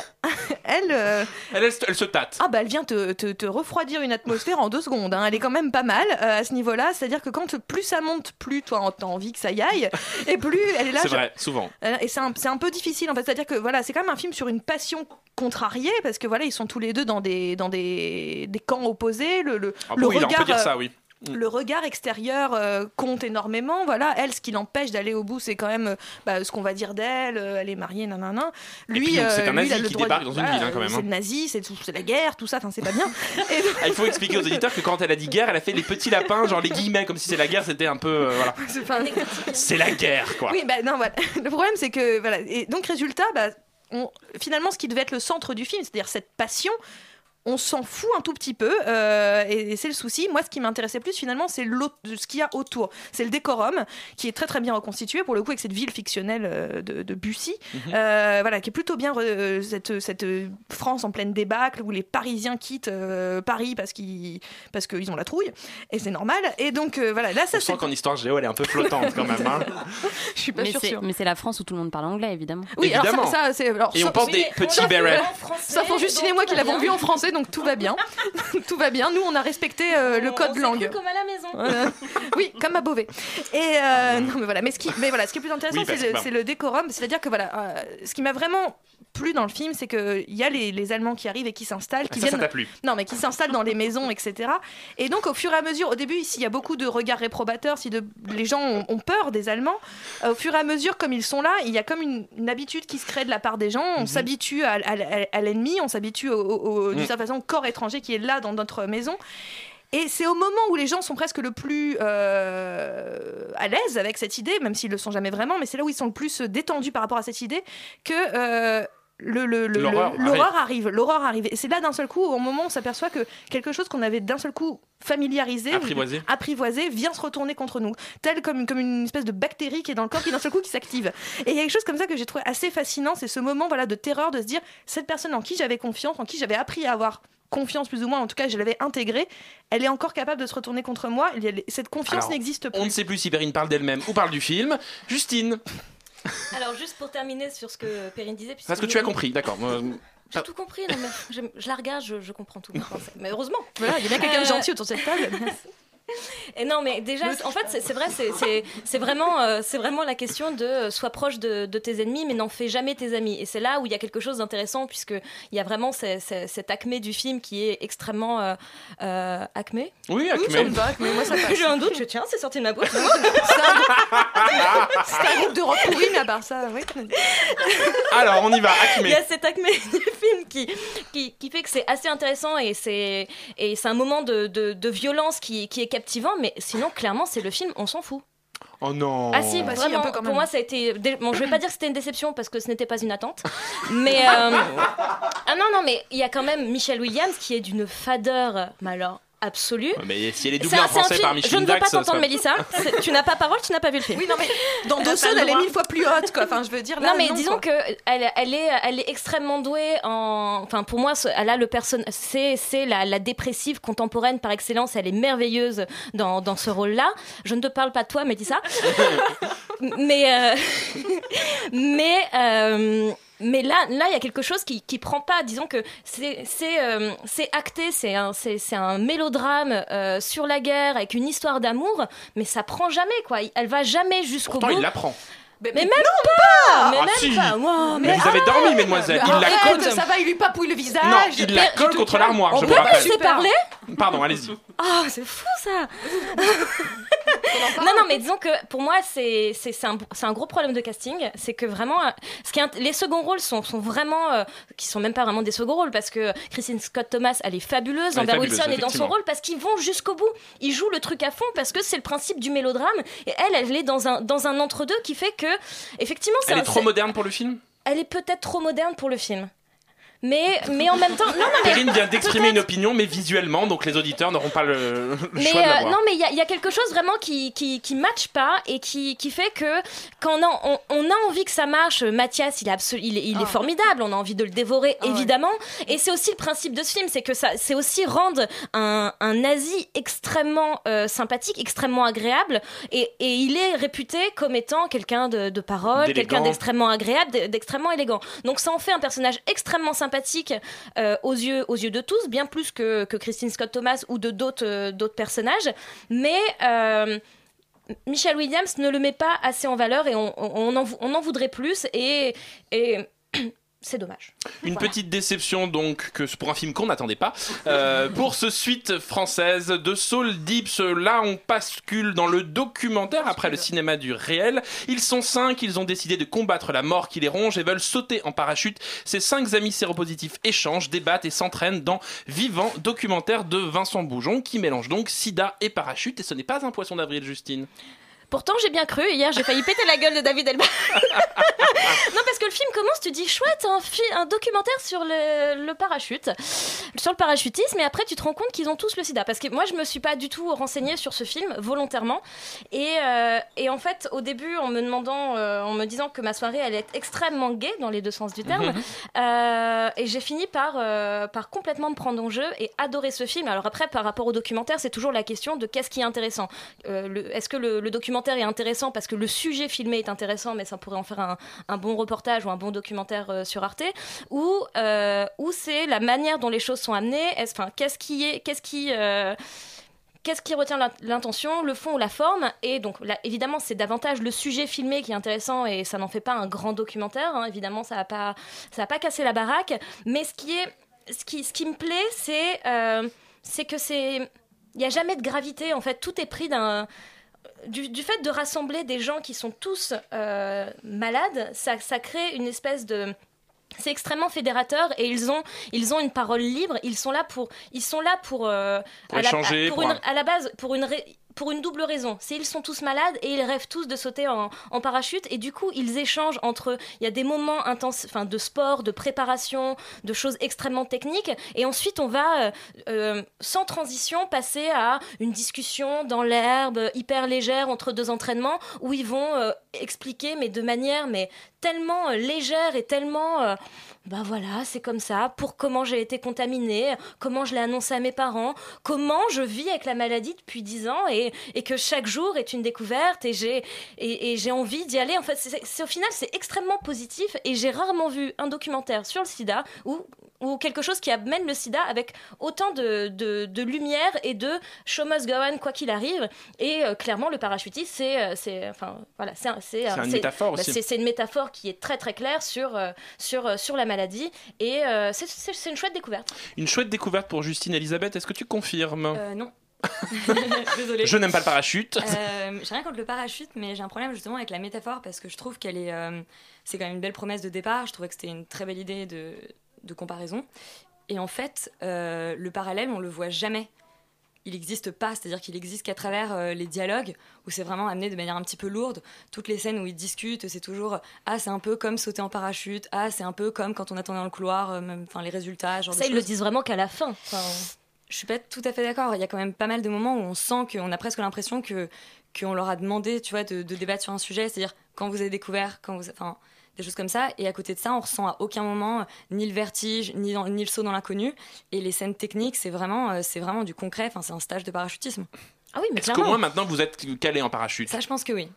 [SPEAKER 17] Elle
[SPEAKER 10] se tâte.
[SPEAKER 17] Elle vient te refroidir une atmosphère en 2 secondes. Hein. Elle est quand même pas mal à ce niveau-là. C'est-à-dire que quand plus ça monte, plus toi t'as envie que ça y aille, et plus elle est là.
[SPEAKER 10] C'est vrai, souvent.
[SPEAKER 17] Et c'est un peu difficile en fait. C'est-à-dire que voilà, c'est quand même un film sur une passion contrariée parce que voilà, ils sont tous les deux dans des camps opposés. Le regard,
[SPEAKER 10] on peut dire ça, oui.
[SPEAKER 17] Le regard extérieur compte énormément. Voilà, elle, ce qui l'empêche d'aller au bout, c'est quand même ce qu'on va dire d'elle. Elle est mariée, nanana. Lui,
[SPEAKER 10] puis, c'est un nazi qui débarque dans une ville, quand même.
[SPEAKER 17] C'est le nazi, c'est la guerre, tout ça. Enfin, c'est pas bien.
[SPEAKER 10] Il faut expliquer aux auditeurs que quand elle a dit guerre, elle a fait les petits lapins, genre les guillemets, comme si c'est la guerre, c'était un peu voilà. C'est la guerre, quoi.
[SPEAKER 17] Oui, non, voilà. Le problème, c'est que voilà. Et donc, résultat, finalement, ce qui devait être le centre du film, c'est-à-dire cette passion. On s'en fout un tout petit peu et c'est le souci. Moi, ce qui m'intéressait plus finalement, c'est ce qu'il y a autour. C'est le décorum qui est très très bien reconstitué pour le coup avec cette ville fictionnelle de Bussy, voilà, qui est plutôt bien cette France en pleine débâcle où les Parisiens quittent Paris parce qu'ils ont la trouille et c'est normal. Et donc voilà, là ça.
[SPEAKER 10] On sent qu'en histoire géo, elle est un peu flottante quand même. Hein.
[SPEAKER 17] Je suis pas sûre.
[SPEAKER 16] Mais c'est la France où tout le monde parle anglais, évidemment.
[SPEAKER 17] Oui,
[SPEAKER 10] évidemment.
[SPEAKER 17] Alors ça c'est.
[SPEAKER 10] Et on porte des petits bérets.
[SPEAKER 17] Sauf pour Justine et moi qui l'avons vu en français. Donc tout va bien. Tout va bien. Nous, on a respecté le code langue.
[SPEAKER 18] Comme à la maison.
[SPEAKER 17] Oui, comme à Beauvais. Et non, mais voilà. Mais ce qui est plus intéressant, c'est le décorum. C'est-à-dire que voilà, ce qui m'a vraiment plu dans le film, c'est qu'il y a les Allemands qui arrivent et qui s'installent,
[SPEAKER 10] ça t'a plu.
[SPEAKER 17] Non, mais qui s'installent dans les maisons, etc. Et donc, au fur et à mesure, au début, s'il y a beaucoup de regards réprobateurs, les gens ont peur des Allemands, au fur et à mesure, comme ils sont là, il y a comme une habitude qui se crée de la part des gens. On s'habitue à l'ennemi, on s'habitue d'une certaine façon, au corps étranger qui est là dans notre maison. Et c'est au moment où les gens sont presque le plus à l'aise avec cette idée, même s'ils le sont jamais vraiment, mais c'est là où ils sont le plus détendus par rapport à cette idée que l'horreur arrive. Et c'est là d'un seul coup, au moment où on s'aperçoit que quelque chose qu'on avait d'un seul coup familiarisé, apprivoisé, vient se retourner contre nous, tel comme une espèce de bactérie qui est dans le corps qui d'un seul coup qui s'active. Et il y a quelque chose comme ça que j'ai trouvé assez fascinant, c'est ce moment de terreur de se dire cette personne en qui j'avais confiance, en qui j'avais appris à avoir confiance plus ou moins, en tout cas je l'avais intégrée, elle est encore capable de se retourner contre moi. Cette confiance
[SPEAKER 10] Alors,
[SPEAKER 17] n'existe plus.
[SPEAKER 10] On ne sait plus si Perrine parle d'elle-même ou parle du film. Justine.
[SPEAKER 18] Alors juste pour terminer sur ce que Perrine disait.
[SPEAKER 10] Parce que tu as compris, d'accord.
[SPEAKER 18] J'ai tout compris, non, mais je la regarde, je comprends tout. Mais heureusement.
[SPEAKER 17] Voilà, il y a bien quelqu'un de gentil autour de cette table.
[SPEAKER 18] Et non, mais déjà, en fait, c'est vrai, c'est vraiment la question de sois proche de tes ennemis, mais n'en fais jamais tes amis. Et c'est là où il y a quelque chose d'intéressant, puisqu'il y a vraiment cette acmé du film qui est extrêmement. Acmé ?
[SPEAKER 10] Oui, acmé.
[SPEAKER 17] Ça me va, acmé. Moi, ça passe.
[SPEAKER 18] J'ai un doute, tiens, c'est sorti de ma bouche.
[SPEAKER 17] C'est un groupe de rock pourri, mais à part ça, oui.
[SPEAKER 10] Alors, on y va, acmé.
[SPEAKER 18] Il y a cet acmé du film qui fait que c'est assez intéressant et c'est un moment de violence qui est captivant, mais sinon, clairement, c'est le film, on s'en fout.
[SPEAKER 10] Oh non.
[SPEAKER 18] Ah si,
[SPEAKER 17] Bah,
[SPEAKER 18] vraiment,
[SPEAKER 17] un peu quand même.
[SPEAKER 18] pour moi ça a été... Bon, je vais pas dire que c'était une déception parce que ce n'était pas une attente, mais... Ah non, mais il y a quand même Michelle Williams qui est d'une fadeur, mais alors... absolue.
[SPEAKER 10] Mais si elle est doublée en français par Micheline
[SPEAKER 18] Je ne veux pas
[SPEAKER 10] Dax,
[SPEAKER 18] t'entendre,
[SPEAKER 10] ça-
[SPEAKER 18] Mélissa. Tu n'as pas parole, tu n'as pas vu le film.
[SPEAKER 17] Oui, non, mais dans Dawson, elle est 1000 fois plus haute, quoi. Enfin, je veux dire, là,
[SPEAKER 18] non, mais disons
[SPEAKER 17] quoi.
[SPEAKER 18] que elle est extrêmement douée en. Enfin, pour moi, elle a le c'est la dépressive contemporaine par excellence. Elle est merveilleuse dans ce rôle-là. Je ne te parle pas de toi, Mélissa. Mais là, il y a quelque chose qui prend pas. Disons que c'est acté, c'est un mélodrame sur la guerre avec une histoire d'amour, mais ça prend jamais, quoi. Elle va jamais jusqu'au bout.
[SPEAKER 10] Pourtant, il l'apprend.
[SPEAKER 18] Mais même pas. Mais
[SPEAKER 10] Ah,
[SPEAKER 18] même
[SPEAKER 10] si.
[SPEAKER 18] pas. Wow,
[SPEAKER 10] Mais vous avez dormi, mesdemoiselles. Il la
[SPEAKER 17] Arrête,
[SPEAKER 10] colle.
[SPEAKER 17] ça va, il lui papouille le visage.
[SPEAKER 10] Non, il la colle contre l'armoire,
[SPEAKER 18] On
[SPEAKER 10] je
[SPEAKER 18] peut
[SPEAKER 10] vous rappelle.
[SPEAKER 18] laisser parler.
[SPEAKER 10] Pardon, allez-y.
[SPEAKER 18] Oh, c'est fou ça. Non, mais disons que pour moi, c'est un gros problème de casting. C'est que vraiment, les seconds rôles sont vraiment, qui sont même pas vraiment des seconds rôles, parce que Kristen Scott Thomas, elle est fabuleuse. Amber Wilson est dans son rôle parce qu'ils vont jusqu'au bout. Ils jouent le truc à fond parce que c'est le principe du mélodrame. Et elle est dans un entre-deux qui fait que, effectivement,
[SPEAKER 10] Elle est trop moderne pour le film.
[SPEAKER 18] Elle est peut-être trop moderne pour le film. Mais en même temps, non,
[SPEAKER 10] Perrine vient d'exprimer une opinion, mais visuellement, donc les auditeurs n'auront pas le choix de la voir.
[SPEAKER 18] Non, mais il y a quelque chose vraiment qui matche pas et qui fait que quand on a envie que ça marche, Mathias, il est formidable, on a envie de le dévorer, évidemment. Ouais. Et c'est aussi le principe de ce film, c'est que c'est aussi rendre un nazi extrêmement sympathique, extrêmement agréable, et il est réputé comme étant quelqu'un de parole, quelqu'un d'extrêmement agréable, d'extrêmement élégant. Donc ça en fait un personnage extrêmement sympathique aux yeux de tous, bien plus que Kristen Scott Thomas ou de d'autres personnages, mais Michelle Williams ne le met pas assez en valeur et on en voudrait plus et c'est dommage.
[SPEAKER 10] Une petite déception donc que pour un film qu'on n'attendait pas. Pour ce suite française de Saul Deeps, là on bascule dans le documentaire après le cinéma du réel. Ils sont 5, ils ont décidé de combattre la mort qui les ronge et veulent sauter en parachute. Ces 5 amis séropositifs échangent, débattent et s'entraînent dans Vivant, documentaire de Vincent Boujon qui mélange donc sida et parachute. Et ce n'est pas un poisson d'avril, Justine.
[SPEAKER 18] Pourtant, j'ai bien cru. Hier, j'ai failli péter la gueule de David Elba. Non, parce que le film commence, tu dis chouette, un documentaire sur le parachute, sur le parachutisme, et après, tu te rends compte qu'ils ont tous le sida. Parce que moi, je me suis pas du tout renseignée sur ce film, volontairement. Et en fait, au début, en me disant que ma soirée allait être extrêmement gay, dans les deux sens du terme, et j'ai fini par complètement me prendre en jeu et adorer ce film. Alors après, par rapport au documentaire, c'est toujours la question de qu'est-ce qui est intéressant. Est-ce que le documentaire est intéressant parce que le sujet filmé est intéressant, mais ça pourrait en faire un bon reportage ou un bon documentaire sur Arte, ou c'est la manière dont les choses sont amenées. Qu'est-ce qui retient l'intention, le fond ou la forme. Et donc là, évidemment, c'est davantage le sujet filmé qui est intéressant et ça n'en fait pas un grand documentaire, hein. Évidemment, ça va pas casser la baraque, mais ce qui me plaît, c'est que il n'y a jamais de gravité, en fait. Tout est pris du fait de rassembler des gens qui sont tous malades, ça crée une espèce de... C'est extrêmement fédérateur et ils ont une parole libre. Ils sont là pour
[SPEAKER 10] échanger,
[SPEAKER 18] à la base pour une double raison. C'est ils sont tous malades et ils rêvent tous de sauter en parachute, et du coup ils échangent entre eux. Il y a des moments intenses, de sport, de préparation, de choses extrêmement techniques, et ensuite on va sans transition passer à une discussion dans l'herbe hyper légère entre deux entraînements où ils vont
[SPEAKER 19] expliqué, mais de manière tellement légère et tellement voilà, c'est comme ça, pour comment j'ai été contaminée, comment je l'ai annoncé à mes parents, comment je vis avec la maladie depuis 10 ans et que chaque jour est une découverte et j'ai envie d'y aller. En fait, au final, c'est extrêmement positif et j'ai rarement vu un documentaire sur le sida ou quelque chose qui amène le sida avec autant de lumière et de show must go on quoi qu'il arrive. Et clairement, le parachutisme, c'est une
[SPEAKER 10] métaphore aussi.
[SPEAKER 19] C'est une métaphore qui est très très claire sur la maladie et c'est une chouette découverte.
[SPEAKER 10] Une chouette découverte pour Justine Elisabeth, est-ce que tu confirmes?
[SPEAKER 18] Non. Désolée.
[SPEAKER 10] Je n'aime pas le parachute.
[SPEAKER 18] J'ai rien contre le parachute, mais j'ai un problème justement avec la métaphore parce que je trouve qu'elle est, c'est quand même une belle promesse de départ. Je trouvais que c'était une très belle idée de comparaison. Et en fait, le parallèle, on le voit jamais. Il n'existe pas, c'est-à-dire qu'il existe qu'à travers les dialogues, où c'est vraiment amené de manière un petit peu lourde. Toutes les scènes où ils discutent, c'est toujours « Ah, c'est un peu comme sauter en parachute. Ah, c'est un peu comme quand on attendait dans le couloir, les résultats, genre de choses. »
[SPEAKER 19] Ça, ils le disent vraiment qu'à la fin.
[SPEAKER 18] Je suis pas tout à fait d'accord. Il y a quand même pas mal de moments où on sent qu'on a presque l'impression qu'on leur a demandé, tu vois, de débattre sur un sujet, c'est-à-dire quand vous avez découvert, des choses comme ça. Et à côté de ça, on ressent à aucun moment ni le vertige, ni le saut dans l'inconnu. Et les scènes techniques, c'est vraiment du concret. Enfin, c'est un stage de parachutisme.
[SPEAKER 19] Ah oui, mais
[SPEAKER 10] est-ce qu'au moins maintenant vous êtes calé en parachute?
[SPEAKER 18] Ça, je pense que oui.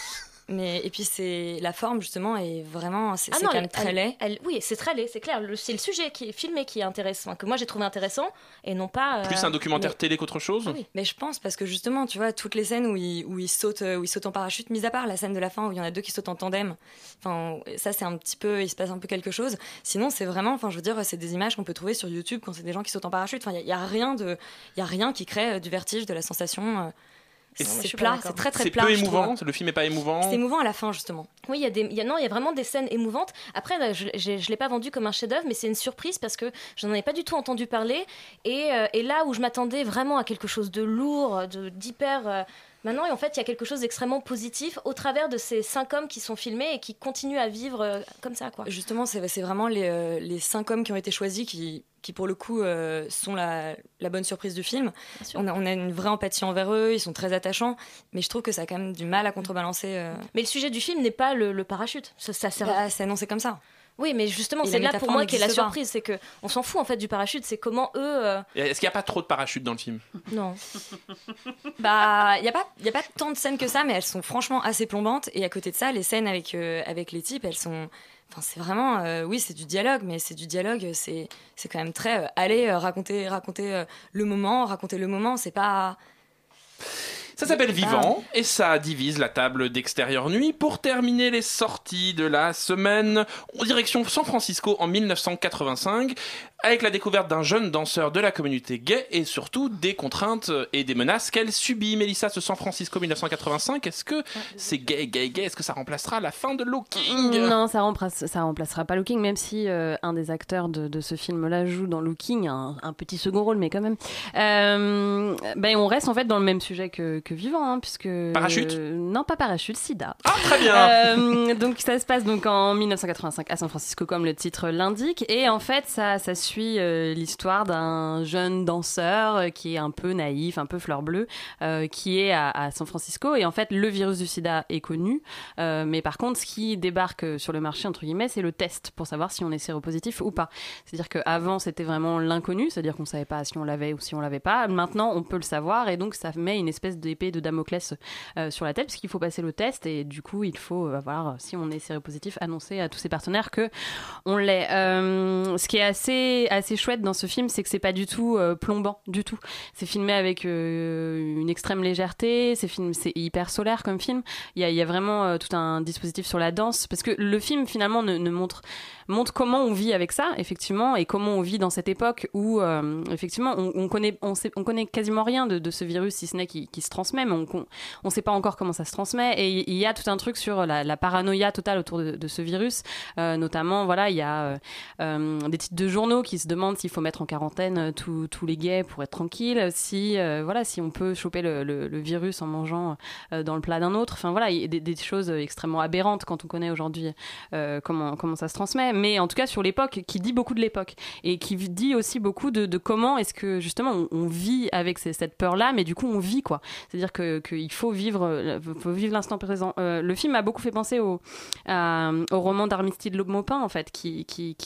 [SPEAKER 18] Et puis la forme justement est vraiment c'est quand même très laid.
[SPEAKER 19] Oui, c'est très laid, c'est clair. C'est le sujet qui est filmé qui est intéressant, que moi j'ai trouvé intéressant et non pas.
[SPEAKER 10] Plus un documentaire télé qu'autre chose.
[SPEAKER 18] Oui, mais je pense parce que justement, tu vois, toutes les scènes où ils sautent en parachute, mis à part la scène de la fin où il y en a deux qui sautent en tandem. Enfin, ça c'est un petit peu, il se passe un peu quelque chose. Sinon, c'est vraiment, je veux dire, c'est des images qu'on peut trouver sur YouTube quand c'est des gens qui sautent en parachute. Enfin, il y a rien qui crée du vertige, de la sensation. C'est plat, c'est très très plat.
[SPEAKER 10] C'est peu émouvant, le film n'est pas émouvant.
[SPEAKER 18] C'est émouvant à la fin justement.
[SPEAKER 19] Oui, il y a vraiment des scènes émouvantes. Après, je l'ai pas vendu comme un chef-d'œuvre, mais c'est une surprise parce que j'en avais pas du tout entendu parler. Et là où je m'attendais vraiment à quelque chose de lourd, d'hyper. Maintenant, en fait, il y a quelque chose d'extrêmement positif au travers de ces 5 hommes qui sont filmés et qui continuent à vivre comme ça, quoi.
[SPEAKER 18] Justement, c'est vraiment les 5 hommes qui ont été choisis qui pour le coup, sont la bonne surprise du film. On a une vraie empathie envers eux, ils sont très attachants, mais je trouve que ça a quand même du mal à contrebalancer.
[SPEAKER 19] Mais le sujet du film n'est pas le parachute. Ça sert
[SPEAKER 18] c'est annoncé comme ça.
[SPEAKER 19] Oui, mais justement, c'est là pour moi qu'est la surprise, c'est qu'on s'en fout en fait du parachute, c'est comment eux...
[SPEAKER 10] Est-ce qu'il n'y a pas trop de parachutes dans le film?
[SPEAKER 19] Non.
[SPEAKER 18] Il y a pas tant de scènes que ça, mais elles sont franchement assez plombantes, et à côté de ça, les scènes avec les types, elles sont... Enfin, c'est vraiment... oui, c'est du dialogue, mais c'est du dialogue, c'est quand même très... raconter le moment, c'est pas...
[SPEAKER 10] Ça s'appelle Vivant et ça divise la table d'Extérieur Nuit. Pour terminer les sorties de la semaine, en direction San Francisco en 1985, avec la découverte d'un jeune danseur de la communauté gay et surtout des contraintes et des menaces qu'elle subit. Mélissa, ce San Francisco 1985, est-ce que c'est gay? Est-ce que ça remplacera la fin de Looking?
[SPEAKER 16] Non, ça remplacera pas Looking, même si un des acteurs de ce film-là joue dans Looking, un petit second rôle, mais quand même. On reste en fait dans le même sujet que Vivant, puisque...
[SPEAKER 10] Parachute
[SPEAKER 16] non, pas parachute, sida.
[SPEAKER 10] Ah, très bien.
[SPEAKER 16] Donc ça se passe donc en 1985 à San Francisco, comme le titre l'indique, et en fait ça suit l'histoire d'un jeune danseur qui est un peu naïf, un peu fleur bleue, qui est à San Francisco, et en fait le virus du sida est connu, mais par contre ce qui débarque sur le marché entre guillemets, c'est le test pour savoir si on est séropositif ou pas. C'est-à-dire qu'avant c'était vraiment l'inconnu, c'est-à-dire qu'on savait pas si on l'avait ou si on l'avait pas. Maintenant on peut le savoir, et donc ça met une espèce d'épée de Damoclès sur la tête, puisqu'il faut passer le test, et du coup il faut voir si on est séropositif, annoncer à tous ses partenaires que on l'est. Ce qui est assez chouette dans ce film, c'est que c'est pas du tout plombant du tout. C'est filmé avec une extrême légèreté, c'est hyper solaire comme film. Il y a vraiment tout un dispositif sur la danse, parce que le film finalement ne montre comment on vit avec ça, effectivement, et comment on vit dans cette époque où effectivement on connaît quasiment rien de ce virus, si ce n'est qui se transmet, mais on sait pas encore comment ça se transmet, et il y a tout un truc sur la paranoïa totale autour de ce virus, notamment il y a des titres de journaux qui se demande s'il faut mettre en quarantaine tous les gays pour être tranquille, si on peut choper le virus en mangeant dans le plat d'un autre. Enfin voilà, il y a des choses extrêmement aberrantes quand on connaît aujourd'hui comment ça se transmet. Mais en tout cas sur l'époque, qui dit beaucoup de l'époque et qui dit aussi beaucoup de comment est-ce que justement on vit avec cette peur-là, mais du coup on vit quoi. C'est-à-dire qu'il faut vivre l'instant présent. Le film m'a beaucoup fait penser au roman d'Armistice de Maupin en fait, qui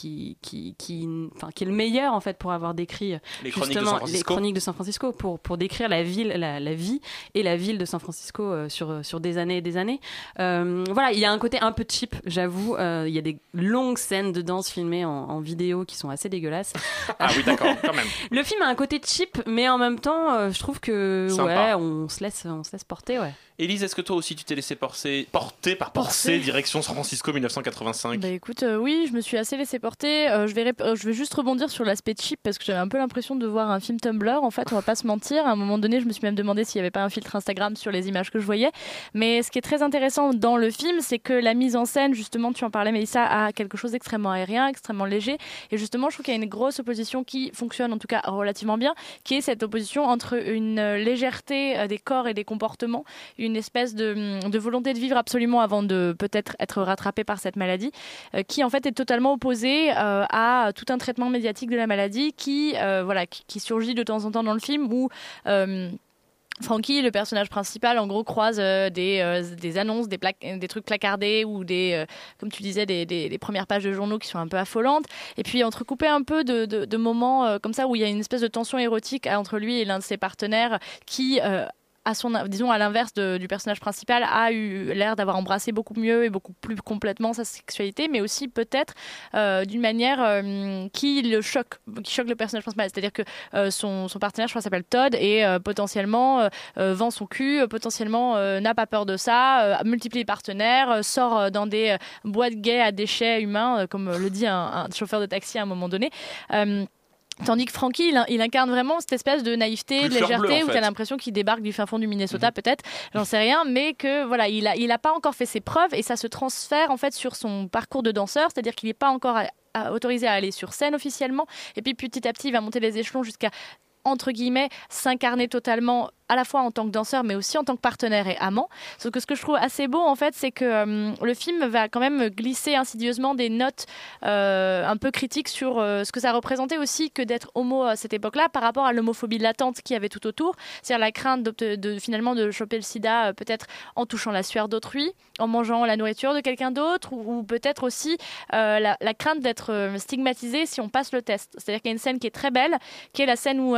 [SPEAKER 16] est le meilleur en fait pour avoir décrit
[SPEAKER 10] les
[SPEAKER 16] chroniques de San Francisco pour décrire la vie et la ville de San Francisco sur des années et des années. Voilà, il y a un côté un peu cheap, j'avoue. Il y a des longues scènes de danse filmées en vidéo qui sont assez dégueulasses.
[SPEAKER 10] Ah oui, d'accord, quand même.
[SPEAKER 16] Le film a un côté cheap, mais en même temps, je trouve que
[SPEAKER 10] sympa.
[SPEAKER 16] On se laisse porter, ouais.
[SPEAKER 10] Élise, est-ce que toi aussi tu t'es laissé porter par direction San Francisco 1985?
[SPEAKER 20] Bah écoute, oui, je me suis assez laissé porter. Je vais juste rebondir sur l'aspect cheap parce que j'avais un peu l'impression de voir un film Tumblr. En fait, on va pas se mentir. À un moment donné, je me suis même demandé s'il y avait pas un filtre Instagram sur les images que je voyais. Mais ce qui est très intéressant dans le film, c'est que la mise en scène, justement, tu en parlais, Mélissa, a quelque chose d'extrêmement aérien, extrêmement léger. Et justement, je trouve qu'il y a une grosse opposition qui fonctionne en tout cas relativement bien, qui est cette opposition entre une légèreté des corps et des comportements, une espèce de volonté de vivre absolument avant de peut-être être rattrapé par cette maladie, qui en fait est totalement opposée à tout un traitement médiatique de la maladie qui surgit de temps en temps dans le film où Frankie, le personnage principal, en gros, croise des annonces, des trucs placardés ou comme tu disais, des premières pages de journaux qui sont un peu affolantes. Et puis entrecoupé un peu de moments comme ça où il y a une espèce de tension érotique entre lui et l'un de ses partenaires qui à l'inverse du personnage principal, a eu l'air d'avoir embrassé beaucoup mieux et beaucoup plus complètement sa sexualité, mais aussi peut-être d'une manière qui choque le personnage principal. C'est-à-dire que son partenaire, je crois, s'appelle Todd et potentiellement vend son cul, potentiellement n'a pas peur de ça, multiplie les partenaires, sort dans des boîtes gays à déchets humains, comme le dit un chauffeur de taxi à un moment donné. Tandis que Frankie, il incarne vraiment cette espèce de naïveté, de légèreté, où tu as l'impression qu'il débarque du fin fond du Minnesota, peut-être, j'en sais rien, mais que voilà, il a pas encore fait ses preuves et ça se transfère en fait sur son parcours de danseur, c'est-à-dire qu'il n'est pas encore autorisé à aller sur scène officiellement, et puis petit à petit, il va monter les échelons jusqu'à, entre guillemets, s'incarner totalement à la fois en tant que danseur mais aussi en tant que partenaire et amant. Sauf que ce que je trouve assez beau en fait, c'est que le film va quand même glisser insidieusement des notes un peu critiques sur ce que ça représentait aussi que d'être homo à cette époque-là par rapport à l'homophobie latente qu'il y avait tout autour, c'est-à-dire la crainte finalement de choper le sida peut-être en touchant la sueur d'autrui, en mangeant la nourriture de quelqu'un d'autre ou peut-être aussi la crainte d'être stigmatisé si on passe le test. C'est-à-dire qu'il y a une scène qui est très belle, qui est la scène où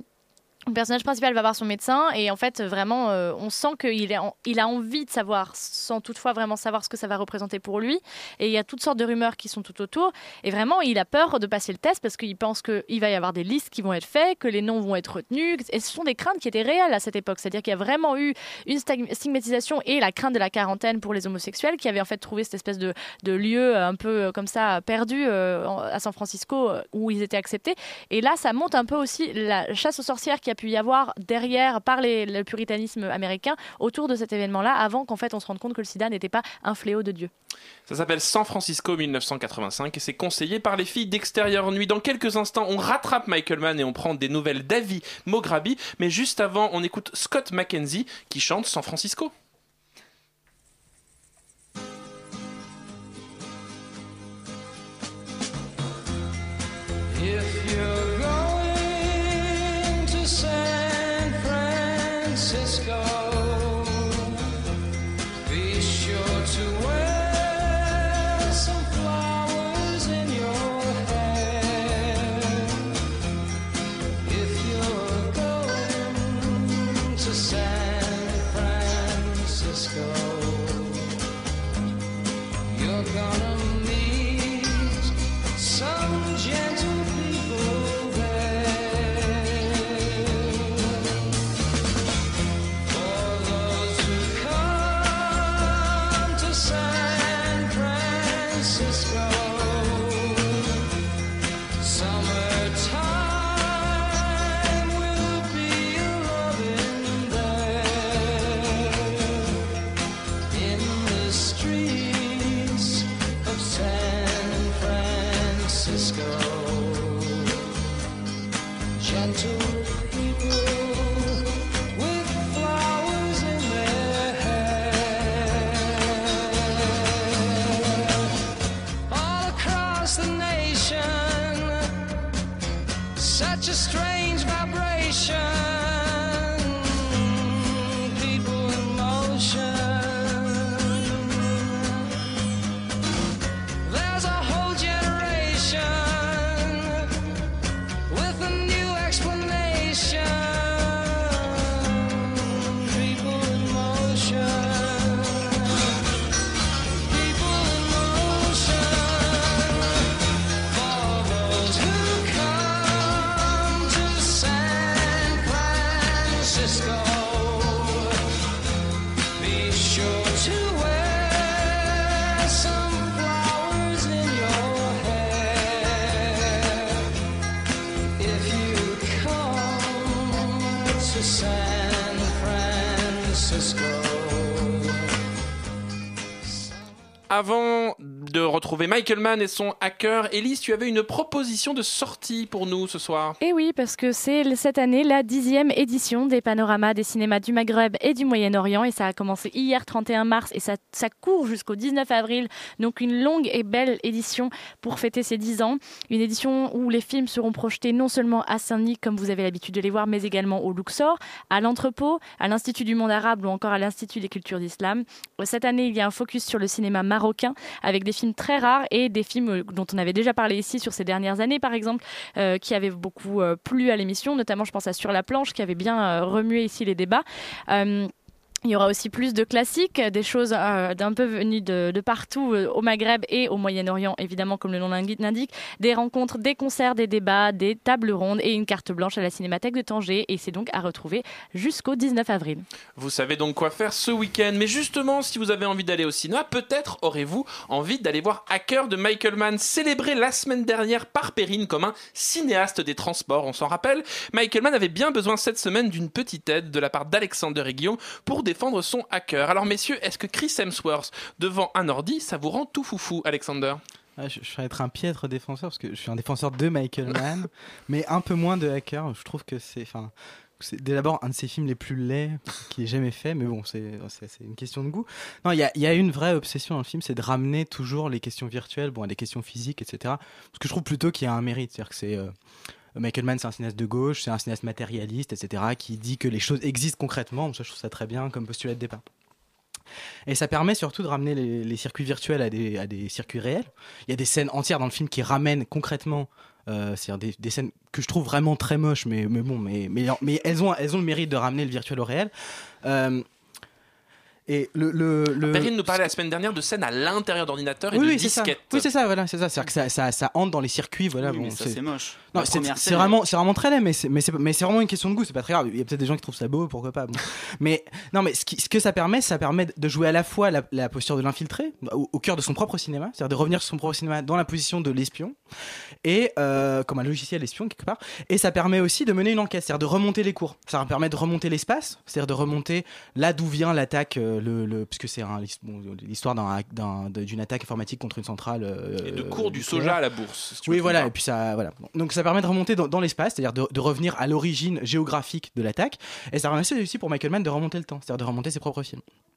[SPEAKER 20] le personnage principal va voir son médecin et en fait vraiment on sent qu'il a envie de savoir sans toutefois vraiment savoir ce que ça va représenter pour lui, et il y a toutes sortes de rumeurs qui sont tout autour et vraiment il a peur de passer le test parce qu'il pense qu'il va y avoir des listes qui vont être faites, que les noms vont être retenus, et ce sont des craintes qui étaient réelles à cette époque, c'est-à-dire qu'il y a vraiment eu une stigmatisation et la crainte de la quarantaine pour les homosexuels qui avaient en fait trouvé cette espèce de lieu un peu comme ça perdu à San Francisco où ils étaient acceptés, et là ça monte un peu aussi la chasse aux sorcières qui a pu y avoir derrière par le puritanisme américain autour de cet événement-là, avant qu'en fait on se rende compte que le sida n'était pas un fléau de Dieu.
[SPEAKER 10] Ça s'appelle San Francisco 1985 et c'est conseillé par les filles d'Extérieur Nuit. Dans quelques instants, on rattrape Michael Mann et on prend des nouvelles d'Avi Mograbi, mais juste avant, on écoute Scott McKenzie qui chante San Francisco.
[SPEAKER 21] If you're going to San Francisco, be sure to wear some flowers in your hair. If you're going to San Francisco, you're gonna meet some gentle San Francisco. such a strange vibration. People in motion. There's a whole generation with a new explanation. People in motion. People in motion. For those who come to San Francisco, be sure to wear some flowers in your hair. If you come to San Francisco.
[SPEAKER 10] Avant de retrouver Michael Mann et son hacker, Élise, tu avais une proposition de sortie pour nous ce soir.
[SPEAKER 20] Et oui, parce que c'est cette année la 10e édition des panoramas des cinémas du Maghreb et du Moyen-Orient, et ça a commencé hier 31 mars et ça court jusqu'au 19 avril, donc une longue et belle édition pour fêter ces 10 ans. Une édition où les films seront projetés non seulement à Saint-Denis, comme vous avez l'habitude de les voir, mais également au Luxor, à l'Entrepôt, à l'Institut du monde arabe ou encore à l'Institut des cultures d'islam. Cette année, il y a un focus sur le cinéma marocain, avec des films très rares et des films dont on avait déjà parlé ici sur ces dernières années, par exemple, qui avaient beaucoup plu à l'émission, notamment je pense à Sur la planche, qui avait bien remué ici les débats. Il y aura aussi plus de classiques, des choses d'un peu venues de partout au Maghreb et au Moyen-Orient, évidemment, comme le nom l'indique. Des rencontres, des concerts, des débats, des tables rondes et une carte blanche à la Cinémathèque de Tanger. Et c'est donc à retrouver jusqu'au 19 avril.
[SPEAKER 10] Vous savez donc quoi faire ce week-end. Mais justement, si vous avez envie d'aller au cinéma, peut-être aurez-vous envie d'aller voir Hacker de Michael Mann, célébré la semaine dernière par Perrine comme un cinéaste des transports. On s'en rappelle, Michael Mann avait bien besoin cette semaine d'une petite aide de la part d'Alexander et Guillaume pour défendre son hacker. Alors messieurs, est-ce que Chris Hemsworth devant un ordi, ça vous rend tout foufou, Alexander?
[SPEAKER 4] Je vais être un piètre défenseur parce que je suis un défenseur de Michael Mann, mais un peu moins de hacker. Je trouve que c'est d'abord un de ses films les plus laids qu'il ait jamais fait, mais bon, c'est une question de goût. Non, il y a une vraie obsession dans le film, c'est de ramener toujours les questions virtuelles, à des questions physiques, etc. Parce que je trouve plutôt qu'il y a un mérite, c'est-à-dire que c'est Michael Mann, c'est un cinéaste de gauche, c'est un cinéaste matérialiste, etc., qui dit que les choses existent concrètement. Donc ça, je trouve ça très bien comme postulat de départ. Et ça permet surtout de ramener les circuits virtuels à des circuits réels. Il y a des scènes entières dans le film qui ramènent concrètement, c'est-à-dire des scènes que je trouve vraiment très moches, mais elles ont le mérite de ramener le virtuel au réel. Et
[SPEAKER 10] Perrine nous parlait la semaine dernière de scènes à l'intérieur d'ordinateurs et de disquettes.
[SPEAKER 4] Oui, c'est ça, voilà, c'est ça. C'est-à-dire que ça entre dans les circuits, voilà.
[SPEAKER 15] Oui, mais ça, c'est moche.
[SPEAKER 4] Non, c'est vraiment très laid, mais c'est vraiment une question de goût. C'est pas très grave. Il y a peut-être des gens qui trouvent ça beau, pourquoi pas. Bon. Mais ce que ça permet de jouer à la fois la posture de l'infiltré au cœur de son propre cinéma, c'est-à-dire de revenir sur son propre cinéma dans la position de l'espion et comme un logiciel espion quelque part. Et ça permet aussi de mener une enquête, c'est-à-dire de remonter les cours. Ça permet de remonter l'espace, c'est-à-dire de remonter là d'où vient l'attaque. Puisque c'est l'histoire d'une attaque informatique contre une centrale
[SPEAKER 10] et de cours du soja à la bourse.
[SPEAKER 4] Oui, voilà. Et puis ça, voilà. Donc ça permet de remonter dans l'espace, c'est-à-dire de revenir à l'origine géographique de l'attaque. Et ça permet aussi pour Michael Mann de remonter le temps, c'est-à-dire de remonter ses propres films.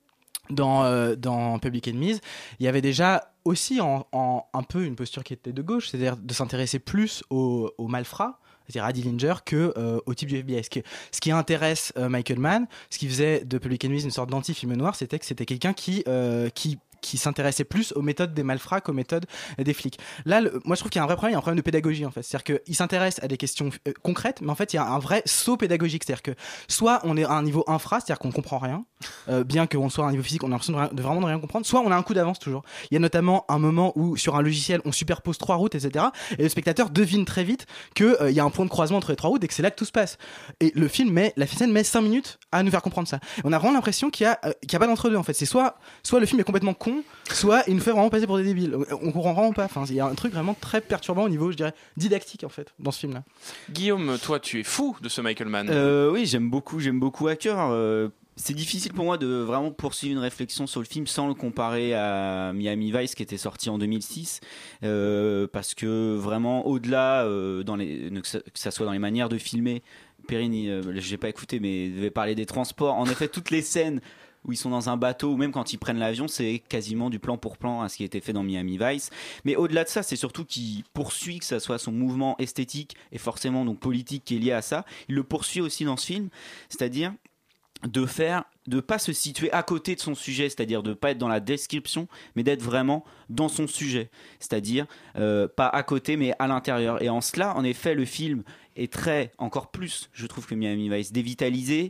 [SPEAKER 4] Dans Public Enemies, il y avait déjà aussi un peu une posture qui était de gauche, c'est-à-dire de s'intéresser plus aux malfrats, c'est-à-dire à Dillinger, au type du FBI. Ce qui intéresse Michael Mann, ce qui faisait de Public Enemies une sorte d'anti-film noir, c'était que c'était quelqu'un qui s'intéressait plus aux méthodes des malfrats qu'aux méthodes des flics. Là, moi je trouve qu'il y a un vrai problème, il y a un problème de pédagogie en fait. C'est-à-dire qu'il s'intéresse à des questions concrètes, mais en fait il y a un vrai saut pédagogique. C'est-à-dire que soit on est à un niveau infra, c'est-à-dire qu'on ne comprend rien, bien qu'on soit à un niveau physique, on a l'impression de vraiment rien comprendre, soit on a un coup d'avance toujours. Il y a notamment un moment où sur un logiciel on superpose 3 routes, etc. Et le spectateur devine très vite qu'il y a un point de croisement entre les 3 routes et que c'est là que tout se passe. Et la scène met 5 minutes à nous faire comprendre ça. Et on a vraiment l'impression qu'il y a pas d'entre-deux en fait. C'est soit le film est complètement con, soit il nous fait vraiment passer pour des débiles. On comprend vraiment pas. Enfin, il y a un truc vraiment très perturbant au niveau, je dirais, didactique en fait, dans ce film-là.
[SPEAKER 10] Guillaume, toi, tu es fou de ce Michael Mann.
[SPEAKER 15] Oui, j'aime beaucoup Hacker. C'est difficile pour moi de vraiment poursuivre une réflexion sur le film sans le comparer à Miami Vice qui était sorti en 2006 parce que vraiment au-delà que ça soit dans les manières de filmer, Perrine, j'ai pas écouté mais devait parler des transports. En effet, toutes les scènes où ils sont dans un bateau, ou même quand ils prennent l'avion, c'est quasiment du plan pour plan à ce qui a été fait dans Miami Vice. Mais au-delà de ça, c'est surtout qu'il poursuit, que ça soit son mouvement esthétique et forcément donc politique qui est lié à ça, il le poursuit aussi dans ce film, c'est-à-dire de pas se situer à côté de son sujet, c'est-à-dire de pas être dans la description, mais d'être vraiment dans son sujet, c'est-à-dire pas à côté mais à l'intérieur. Et en cela, en effet, le film est encore plus, je trouve, que Miami Vice, dévitalisé,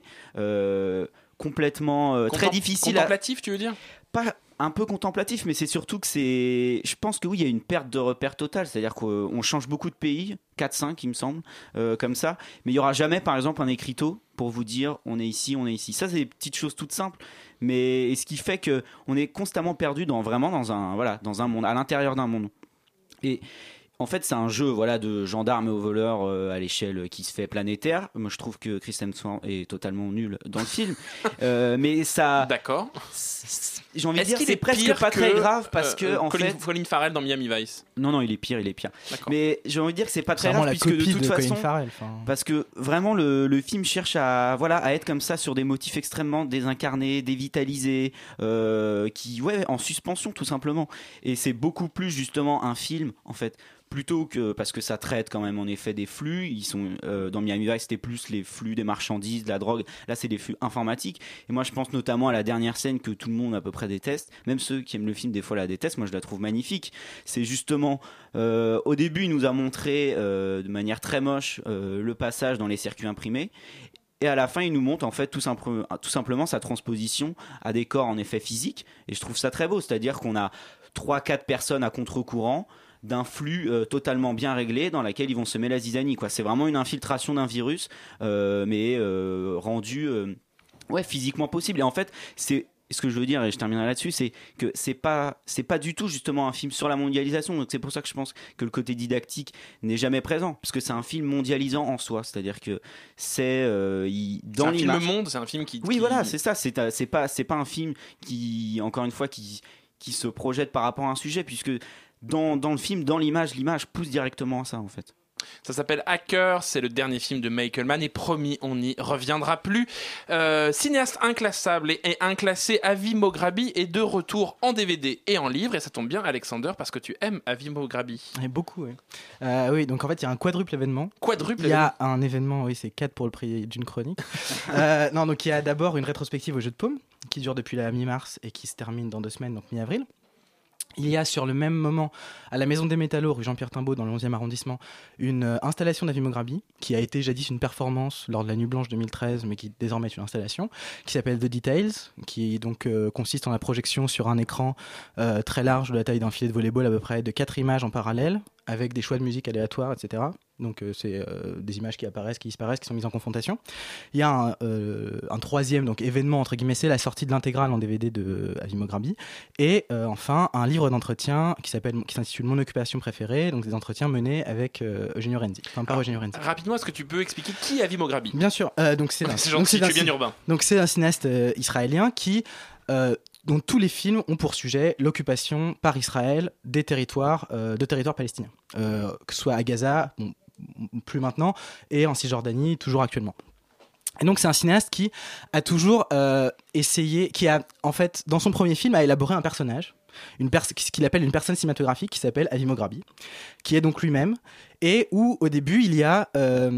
[SPEAKER 15] complètement très difficile.
[SPEAKER 10] Contemplatif, tu veux dire ?
[SPEAKER 15] Pas un peu contemplatif, mais c'est surtout que je pense que oui, il y a une perte de repère totale, c'est-à-dire qu'on change beaucoup de pays, 4-5 il me semble, comme ça, mais il n'y aura jamais par exemple un écriteau pour vous dire on est ici. Ça, c'est des petites choses toutes simples, mais ce qui fait qu'on est constamment perdu dans un monde, à l'intérieur d'un monde. Et en fait, c'est un jeu de gendarmes et aux voleurs à l'échelle qui se fait planétaire. Moi, je trouve que Chris Hemsworth est totalement nul dans le film. Mais ça...
[SPEAKER 10] D'accord.
[SPEAKER 15] J'ai envie de dire que c'est presque pas très grave parce que
[SPEAKER 10] Colin Farrell dans Miami Vice.
[SPEAKER 15] Non, il est pire.
[SPEAKER 10] D'accord.
[SPEAKER 15] Mais j'ai envie de dire que c'est pas très
[SPEAKER 4] vraiment
[SPEAKER 15] grave
[SPEAKER 4] la
[SPEAKER 15] puisque de
[SPEAKER 4] copie
[SPEAKER 15] toute
[SPEAKER 4] de Colin
[SPEAKER 15] façon,
[SPEAKER 4] Farrell,
[SPEAKER 15] parce que vraiment le film cherche à être comme ça sur des motifs extrêmement désincarnés, dévitalisés, en suspension tout simplement. Et c'est beaucoup plus justement un film en fait. Plutôt que parce que ça traite quand même en effet des flux, ils sont dans Miami Vice c'était plus les flux des marchandises, de la drogue, là c'est des flux informatiques. Et moi je pense notamment à la dernière scène que tout le monde à peu près déteste, même ceux qui aiment le film des fois la détestent, moi je la trouve magnifique. C'est justement au début il nous a montré de manière très moche le passage dans les circuits imprimés. Et à la fin, il nous montre en fait tout simplement sa transposition à des corps en effet physiques. Et je trouve ça très beau, c'est-à-dire qu'on a 3-4 personnes à contre-courant d'un flux totalement bien réglé dans laquelle ils vont semer la zizanie, quoi. C'est vraiment une infiltration d'un virus, mais rendu physiquement possible. Et en fait, c'est ce que je veux dire, et je terminerai là-dessus, c'est que c'est pas du tout justement un film sur la mondialisation. Donc c'est pour ça que je pense que le côté didactique n'est jamais présent, parce que c'est un film mondialisant en soi. C'est-à-dire que c'est dans l'image.
[SPEAKER 10] C'est un film monde, c'est un film qui.
[SPEAKER 15] Oui, voilà, c'est ça. C'est pas un film qui, encore une fois, qui se projette par rapport à un sujet, puisque dans le film, dans l'image pousse directement à ça en fait.
[SPEAKER 10] Ça s'appelle Hacker, c'est le dernier film de Michael Mann et promis, on n'y reviendra plus. Cinéaste inclassable et inclassé, Avi Mograbi est de retour en DVD et en livre, et ça tombe bien Alexander parce que tu aimes Avi Mograbi.
[SPEAKER 4] Et beaucoup, oui. Oui, donc en fait il y a un quadruple événement. Il y a un événement, oui, c'est 4 pour le prix d'une chronique. Donc il y a d'abord une rétrospective au Jeu de Paume qui dure depuis la mi-mars et qui se termine dans 2 semaines, donc mi-avril. Il y a sur le même moment, à la Maison des Métallos, rue Jean-Pierre Timbaud, dans le 11e arrondissement, une installation d'Avi Mograbi, qui a été jadis une performance lors de la Nuit Blanche 2013, mais qui désormais est une installation, qui s'appelle The Details, qui donc consiste en la projection sur un écran très large, de la taille d'un filet de volleyball à peu près, de 4 images en parallèle, avec des choix de musique aléatoires, etc. Donc c'est des images qui apparaissent, qui disparaissent, qui sont mises en confrontation. Il y a un troisième donc, événement, entre guillemets, c'est la sortie de l'intégrale en DVD de Avi Mograbi. Et enfin, un livre d'entretien qui s'intitule Mon occupation préférée, donc des entretiens menés avec Eugenio Renzi. Enfin, pas Eugenio Renzi.
[SPEAKER 10] Rapidement, est-ce que tu peux expliquer qui est Avi Mograbi ?
[SPEAKER 4] Bien sûr.
[SPEAKER 10] C'est gentil, tu es bien urbain.
[SPEAKER 4] Donc c'est un cinéaste israélien qui... dont tous les films ont pour sujet l'occupation par Israël des territoires palestiniens, que ce soit à Gaza, plus maintenant, et en Cisjordanie, toujours actuellement. Et donc c'est un cinéaste qui a toujours essayé, qui a en fait dans son premier film a élaboré un personnage, ce qu'il appelle une personne cinématographique qui s'appelle Avi Mograbi, qui est donc lui-même, et où au début il y a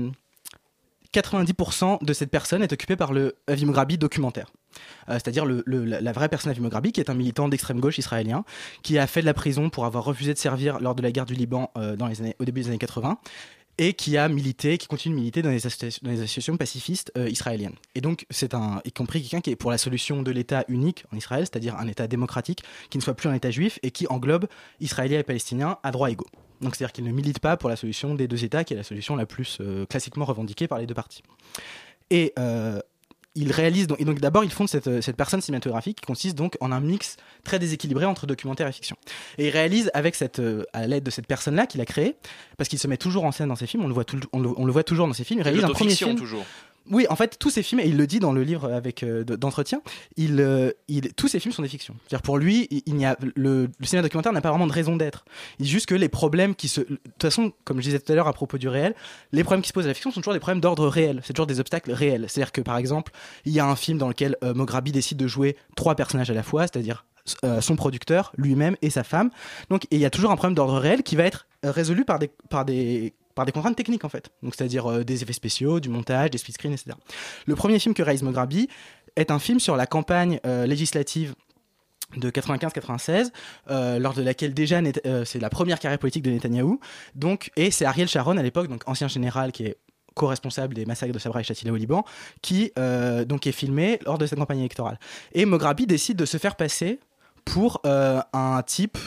[SPEAKER 4] 90% de cette personne est occupée par le Avi Mograbi documentaire. C'est-à-dire la vraie personne Avi Mograbi, qui est un militant d'extrême gauche israélien, qui a fait de la prison pour avoir refusé de servir lors de la guerre du Liban au début des années 80, et qui continue de militer dans les associations pacifistes israéliennes. Et donc, c'est y compris quelqu'un qui est pour la solution de l'État unique en Israël, c'est-à-dire un État démocratique qui ne soit plus un État juif et qui englobe Israéliens et Palestiniens à droits égaux. Donc, c'est-à-dire qu'il ne milite pas pour la solution des 2 États, qui est la solution la plus classiquement revendiquée par les 2 parties. Et il réalise donc d'abord il fonde cette personne cinématographique qui consiste donc en un mix très déséquilibré entre documentaire et fiction. Et il réalise avec à l'aide de cette personne-là qu'il a créée, parce qu'il se met toujours en scène dans ses films, on le voit toujours dans ses films. Il réalise un premier film.
[SPEAKER 10] Toujours.
[SPEAKER 4] Oui, en fait, tous ces films, et il le dit dans le livre avec d'entretien, tous ces films sont des fictions. C'est-à-dire pour lui, le cinéma documentaire n'a pas vraiment de raison d'être. Il dit juste que les problèmes de toute façon, comme je disais tout à l'heure à propos du réel, les problèmes qui se posent à la fiction sont toujours des problèmes d'ordre réel. C'est toujours des obstacles réels. C'est-à-dire que par exemple, il y a un film dans lequel Mograbi décide de jouer 3 personnages à la fois, c'est-à-dire son producteur, lui-même et sa femme. Donc, il y a toujours un problème d'ordre réel qui va être résolu par des contraintes techniques en fait, donc c'est-à-dire des effets spéciaux, du montage, des split screens, etc. Le premier film que réalise Mograbi est un film sur la campagne législative de 95-96, lors de laquelle déjà c'est la première carrière politique de Netanyahou, donc, et c'est Ariel Sharon à l'époque, donc ancien général qui est co-responsable des massacres de Sabra et Shatila au Liban, qui donc est filmé lors de cette campagne électorale. Et Mograbi décide de se faire passer pour un type,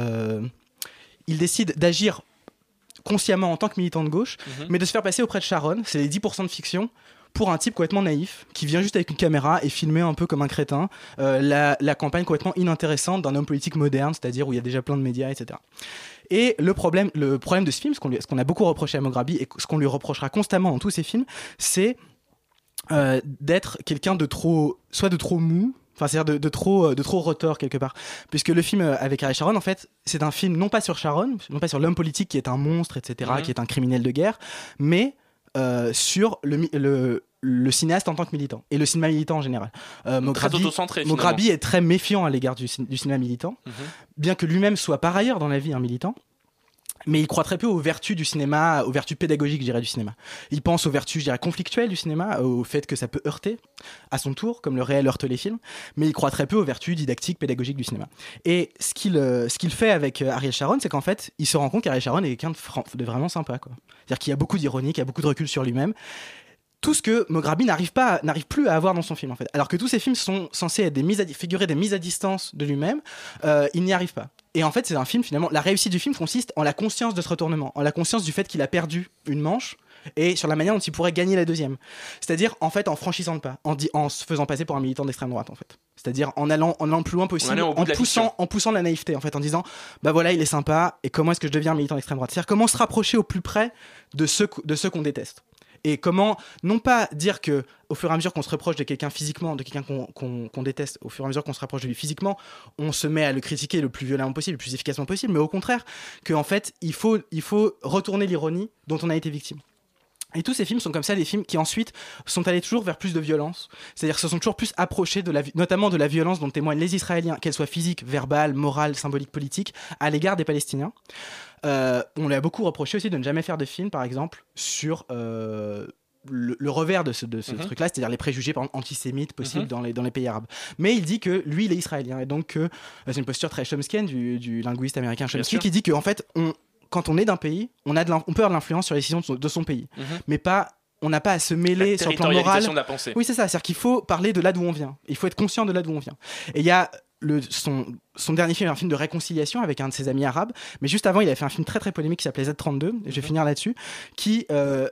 [SPEAKER 4] il décide d'agir consciemment en tant que militant de gauche, mais de se faire passer auprès de Sharon, c'est les 10% de fiction, pour un type complètement naïf, qui vient juste avec une caméra et filmer un peu comme un crétin la campagne complètement inintéressante d'un homme politique moderne, c'est-à-dire où il y a déjà plein de médias, etc. Et le problème de ce film, ce qu'on a beaucoup reproché à Mograbi, et ce qu'on lui reprochera constamment dans tous ses films, c'est d'être quelqu'un de trop mou, enfin, c'est-à-dire de trop rotor quelque part. Puisque le film avec Ariel Sharon, en fait, c'est un film non pas sur Sharon, non pas sur l'homme politique qui est un monstre, etc., qui est un criminel de guerre, mais sur le cinéaste en tant que militant, et le cinéma militant en général.
[SPEAKER 10] Très autocentré, finalement.
[SPEAKER 4] Mograbi est très méfiant à l'égard du cinéma militant, bien que lui-même soit par ailleurs dans la vie un militant. Mais il croit très peu aux vertus du cinéma, aux vertus pédagogiques, je dirais, du cinéma. Il pense aux vertus, je dirais, conflictuelles du cinéma, au fait que ça peut heurter à son tour, comme le réel heurte les films, mais il croit très peu aux vertus didactiques, pédagogiques du cinéma. Et ce qu'il fait avec Ariel Sharon, c'est qu'en fait, il se rend compte qu'Ariel Sharon est quelqu'un de vraiment sympa, quoi. C'est-à-dire qu'il y a beaucoup d'ironie, qu'il y a beaucoup de recul sur lui-même. Tout ce que Mograbi n'arrive plus à avoir dans son film, en fait. Alors que tous ces films sont censés être figurer des mises à distance de lui-même, il n'y arrive pas. Et en fait, c'est un film, finalement, la réussite du film consiste en la conscience de ce retournement, en la conscience du fait qu'il a perdu une manche, et sur la manière dont il pourrait gagner la deuxième. C'est-à-dire, en fait, en franchissant le pas, en se faisant passer pour un militant d'extrême droite, en fait. C'est-à-dire en allant le plus loin possible, en poussant la naïveté, en fait, en disant, bah voilà, il est sympa, et comment est-ce que je deviens un militant d'extrême droite ? C'est-à-dire, comment se rapprocher au plus près de ceux qu'on déteste. Et comment, non pas dire que au fur et à mesure qu'on se reproche de quelqu'un physiquement, de quelqu'un qu'on déteste, au fur et à mesure qu'on se rapproche de lui physiquement, on se met à le critiquer le plus violemment possible, le plus efficacement possible, mais au contraire, qu'en fait, il faut retourner l'ironie dont on a été victime. Et tous ces films sont comme ça, des films qui ensuite sont allés toujours vers plus de violence, c'est-à-dire se sont toujours plus approchés notamment de la violence dont témoignent les Israéliens, qu'elle soit physique, verbale, morale, symbolique, politique, à l'égard des Palestiniens. On lui a beaucoup reproché aussi de ne jamais faire de film, par exemple, sur le revers de ce truc-là, c'est-à-dire les préjugés par exemple, antisémites possibles dans les pays arabes. Mais il dit que lui, il est israélien, et donc c'est une posture très chomskienne du linguiste américain Chomsky, qui dit qu'en fait, quand on est d'un pays, on peut avoir de l'influence sur les décisions de son pays, mais on n'a pas à se mêler sur le plan moral.
[SPEAKER 10] De la pensée.
[SPEAKER 4] Oui, c'est ça, c'est-à-dire qu'il faut parler de là d'où on vient, il faut être conscient de là d'où on vient. Et il y a son dernier film est un film de réconciliation avec un de ses amis arabes, mais juste avant il avait fait un film très très polémique qui s'appelait Z32, et je vais finir là-dessus, qui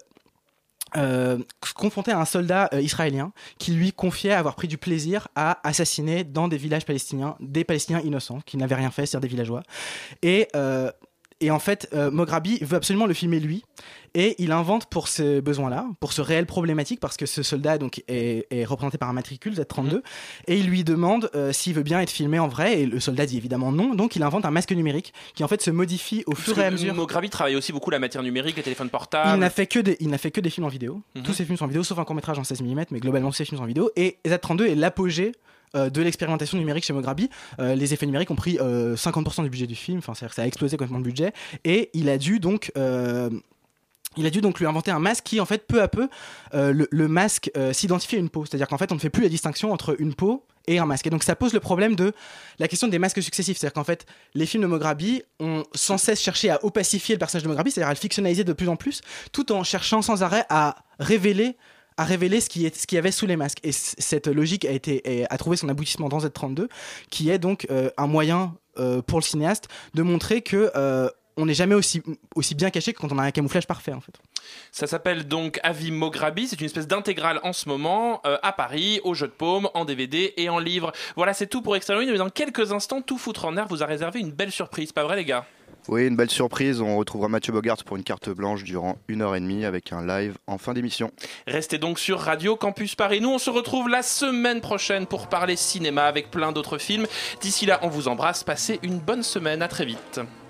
[SPEAKER 4] confronté à un soldat israélien qui lui confiait avoir pris du plaisir à assassiner dans des villages palestiniens des Palestiniens innocents qui n'avaient rien fait, c'est-à-dire des villageois. Et en fait, Mograbi veut absolument le filmer lui, et il invente pour ce besoin-là, pour ce réel problématique, parce que ce soldat donc est représenté par un matricule Z32, et il lui demande s'il veut bien être filmé en vrai, et le soldat dit évidemment non, donc il invente un masque numérique qui en fait se modifie au fur et à mesure.
[SPEAKER 10] Mograbi travaille aussi beaucoup la matière numérique, les téléphones portables.
[SPEAKER 4] Il n'a fait que des films en vidéo. Tous ses films sont en vidéo, sauf un court-métrage en 16 mm, mais globalement tous ses films sont en vidéo, et Z32 est l'apogée de l'expérimentation numérique chez Mograbi. Les effets numériques ont pris 50% du budget du film, enfin c'est-à-dire que ça a explosé complètement le budget, et il a dû donc lui inventer un masque qui en fait peu à peu le masque s'identifie à une peau, c'est-à-dire qu'en fait on ne fait plus la distinction entre une peau et un masque, et donc ça pose le problème de la question des masques successifs, c'est-à-dire qu'en fait les films de Mograbi ont sans cesse cherché à opacifier le personnage de Mograbi, c'est-à-dire à le fictionnaliser de plus en plus, tout en cherchant sans arrêt à révéler ce qu'il y avait sous les masques. Et cette logique a trouvé son aboutissement dans Z32, qui est donc un moyen pour le cinéaste de montrer que on n'est jamais aussi bien caché que quand on a un camouflage parfait, en fait.
[SPEAKER 10] Ça s'appelle donc Avis Mograbi, c'est une espèce d'intégrale en ce moment à Paris, au Jeu de Paume, en DVD et en livre. Voilà, c'est tout pour Extérieur, mais dans quelques instants, Tout foutre en air vous a réservé une belle surprise, pas vrai les gars ?
[SPEAKER 3] Oui, une belle surprise. On retrouvera Mathieu Bogart pour une carte blanche durant 1h30 avec un live en fin d'émission.
[SPEAKER 10] Restez donc sur Radio Campus Paris. Nous, on se retrouve la semaine prochaine pour parler cinéma avec plein d'autres films. D'ici là, on vous embrasse. Passez une bonne semaine. À très vite.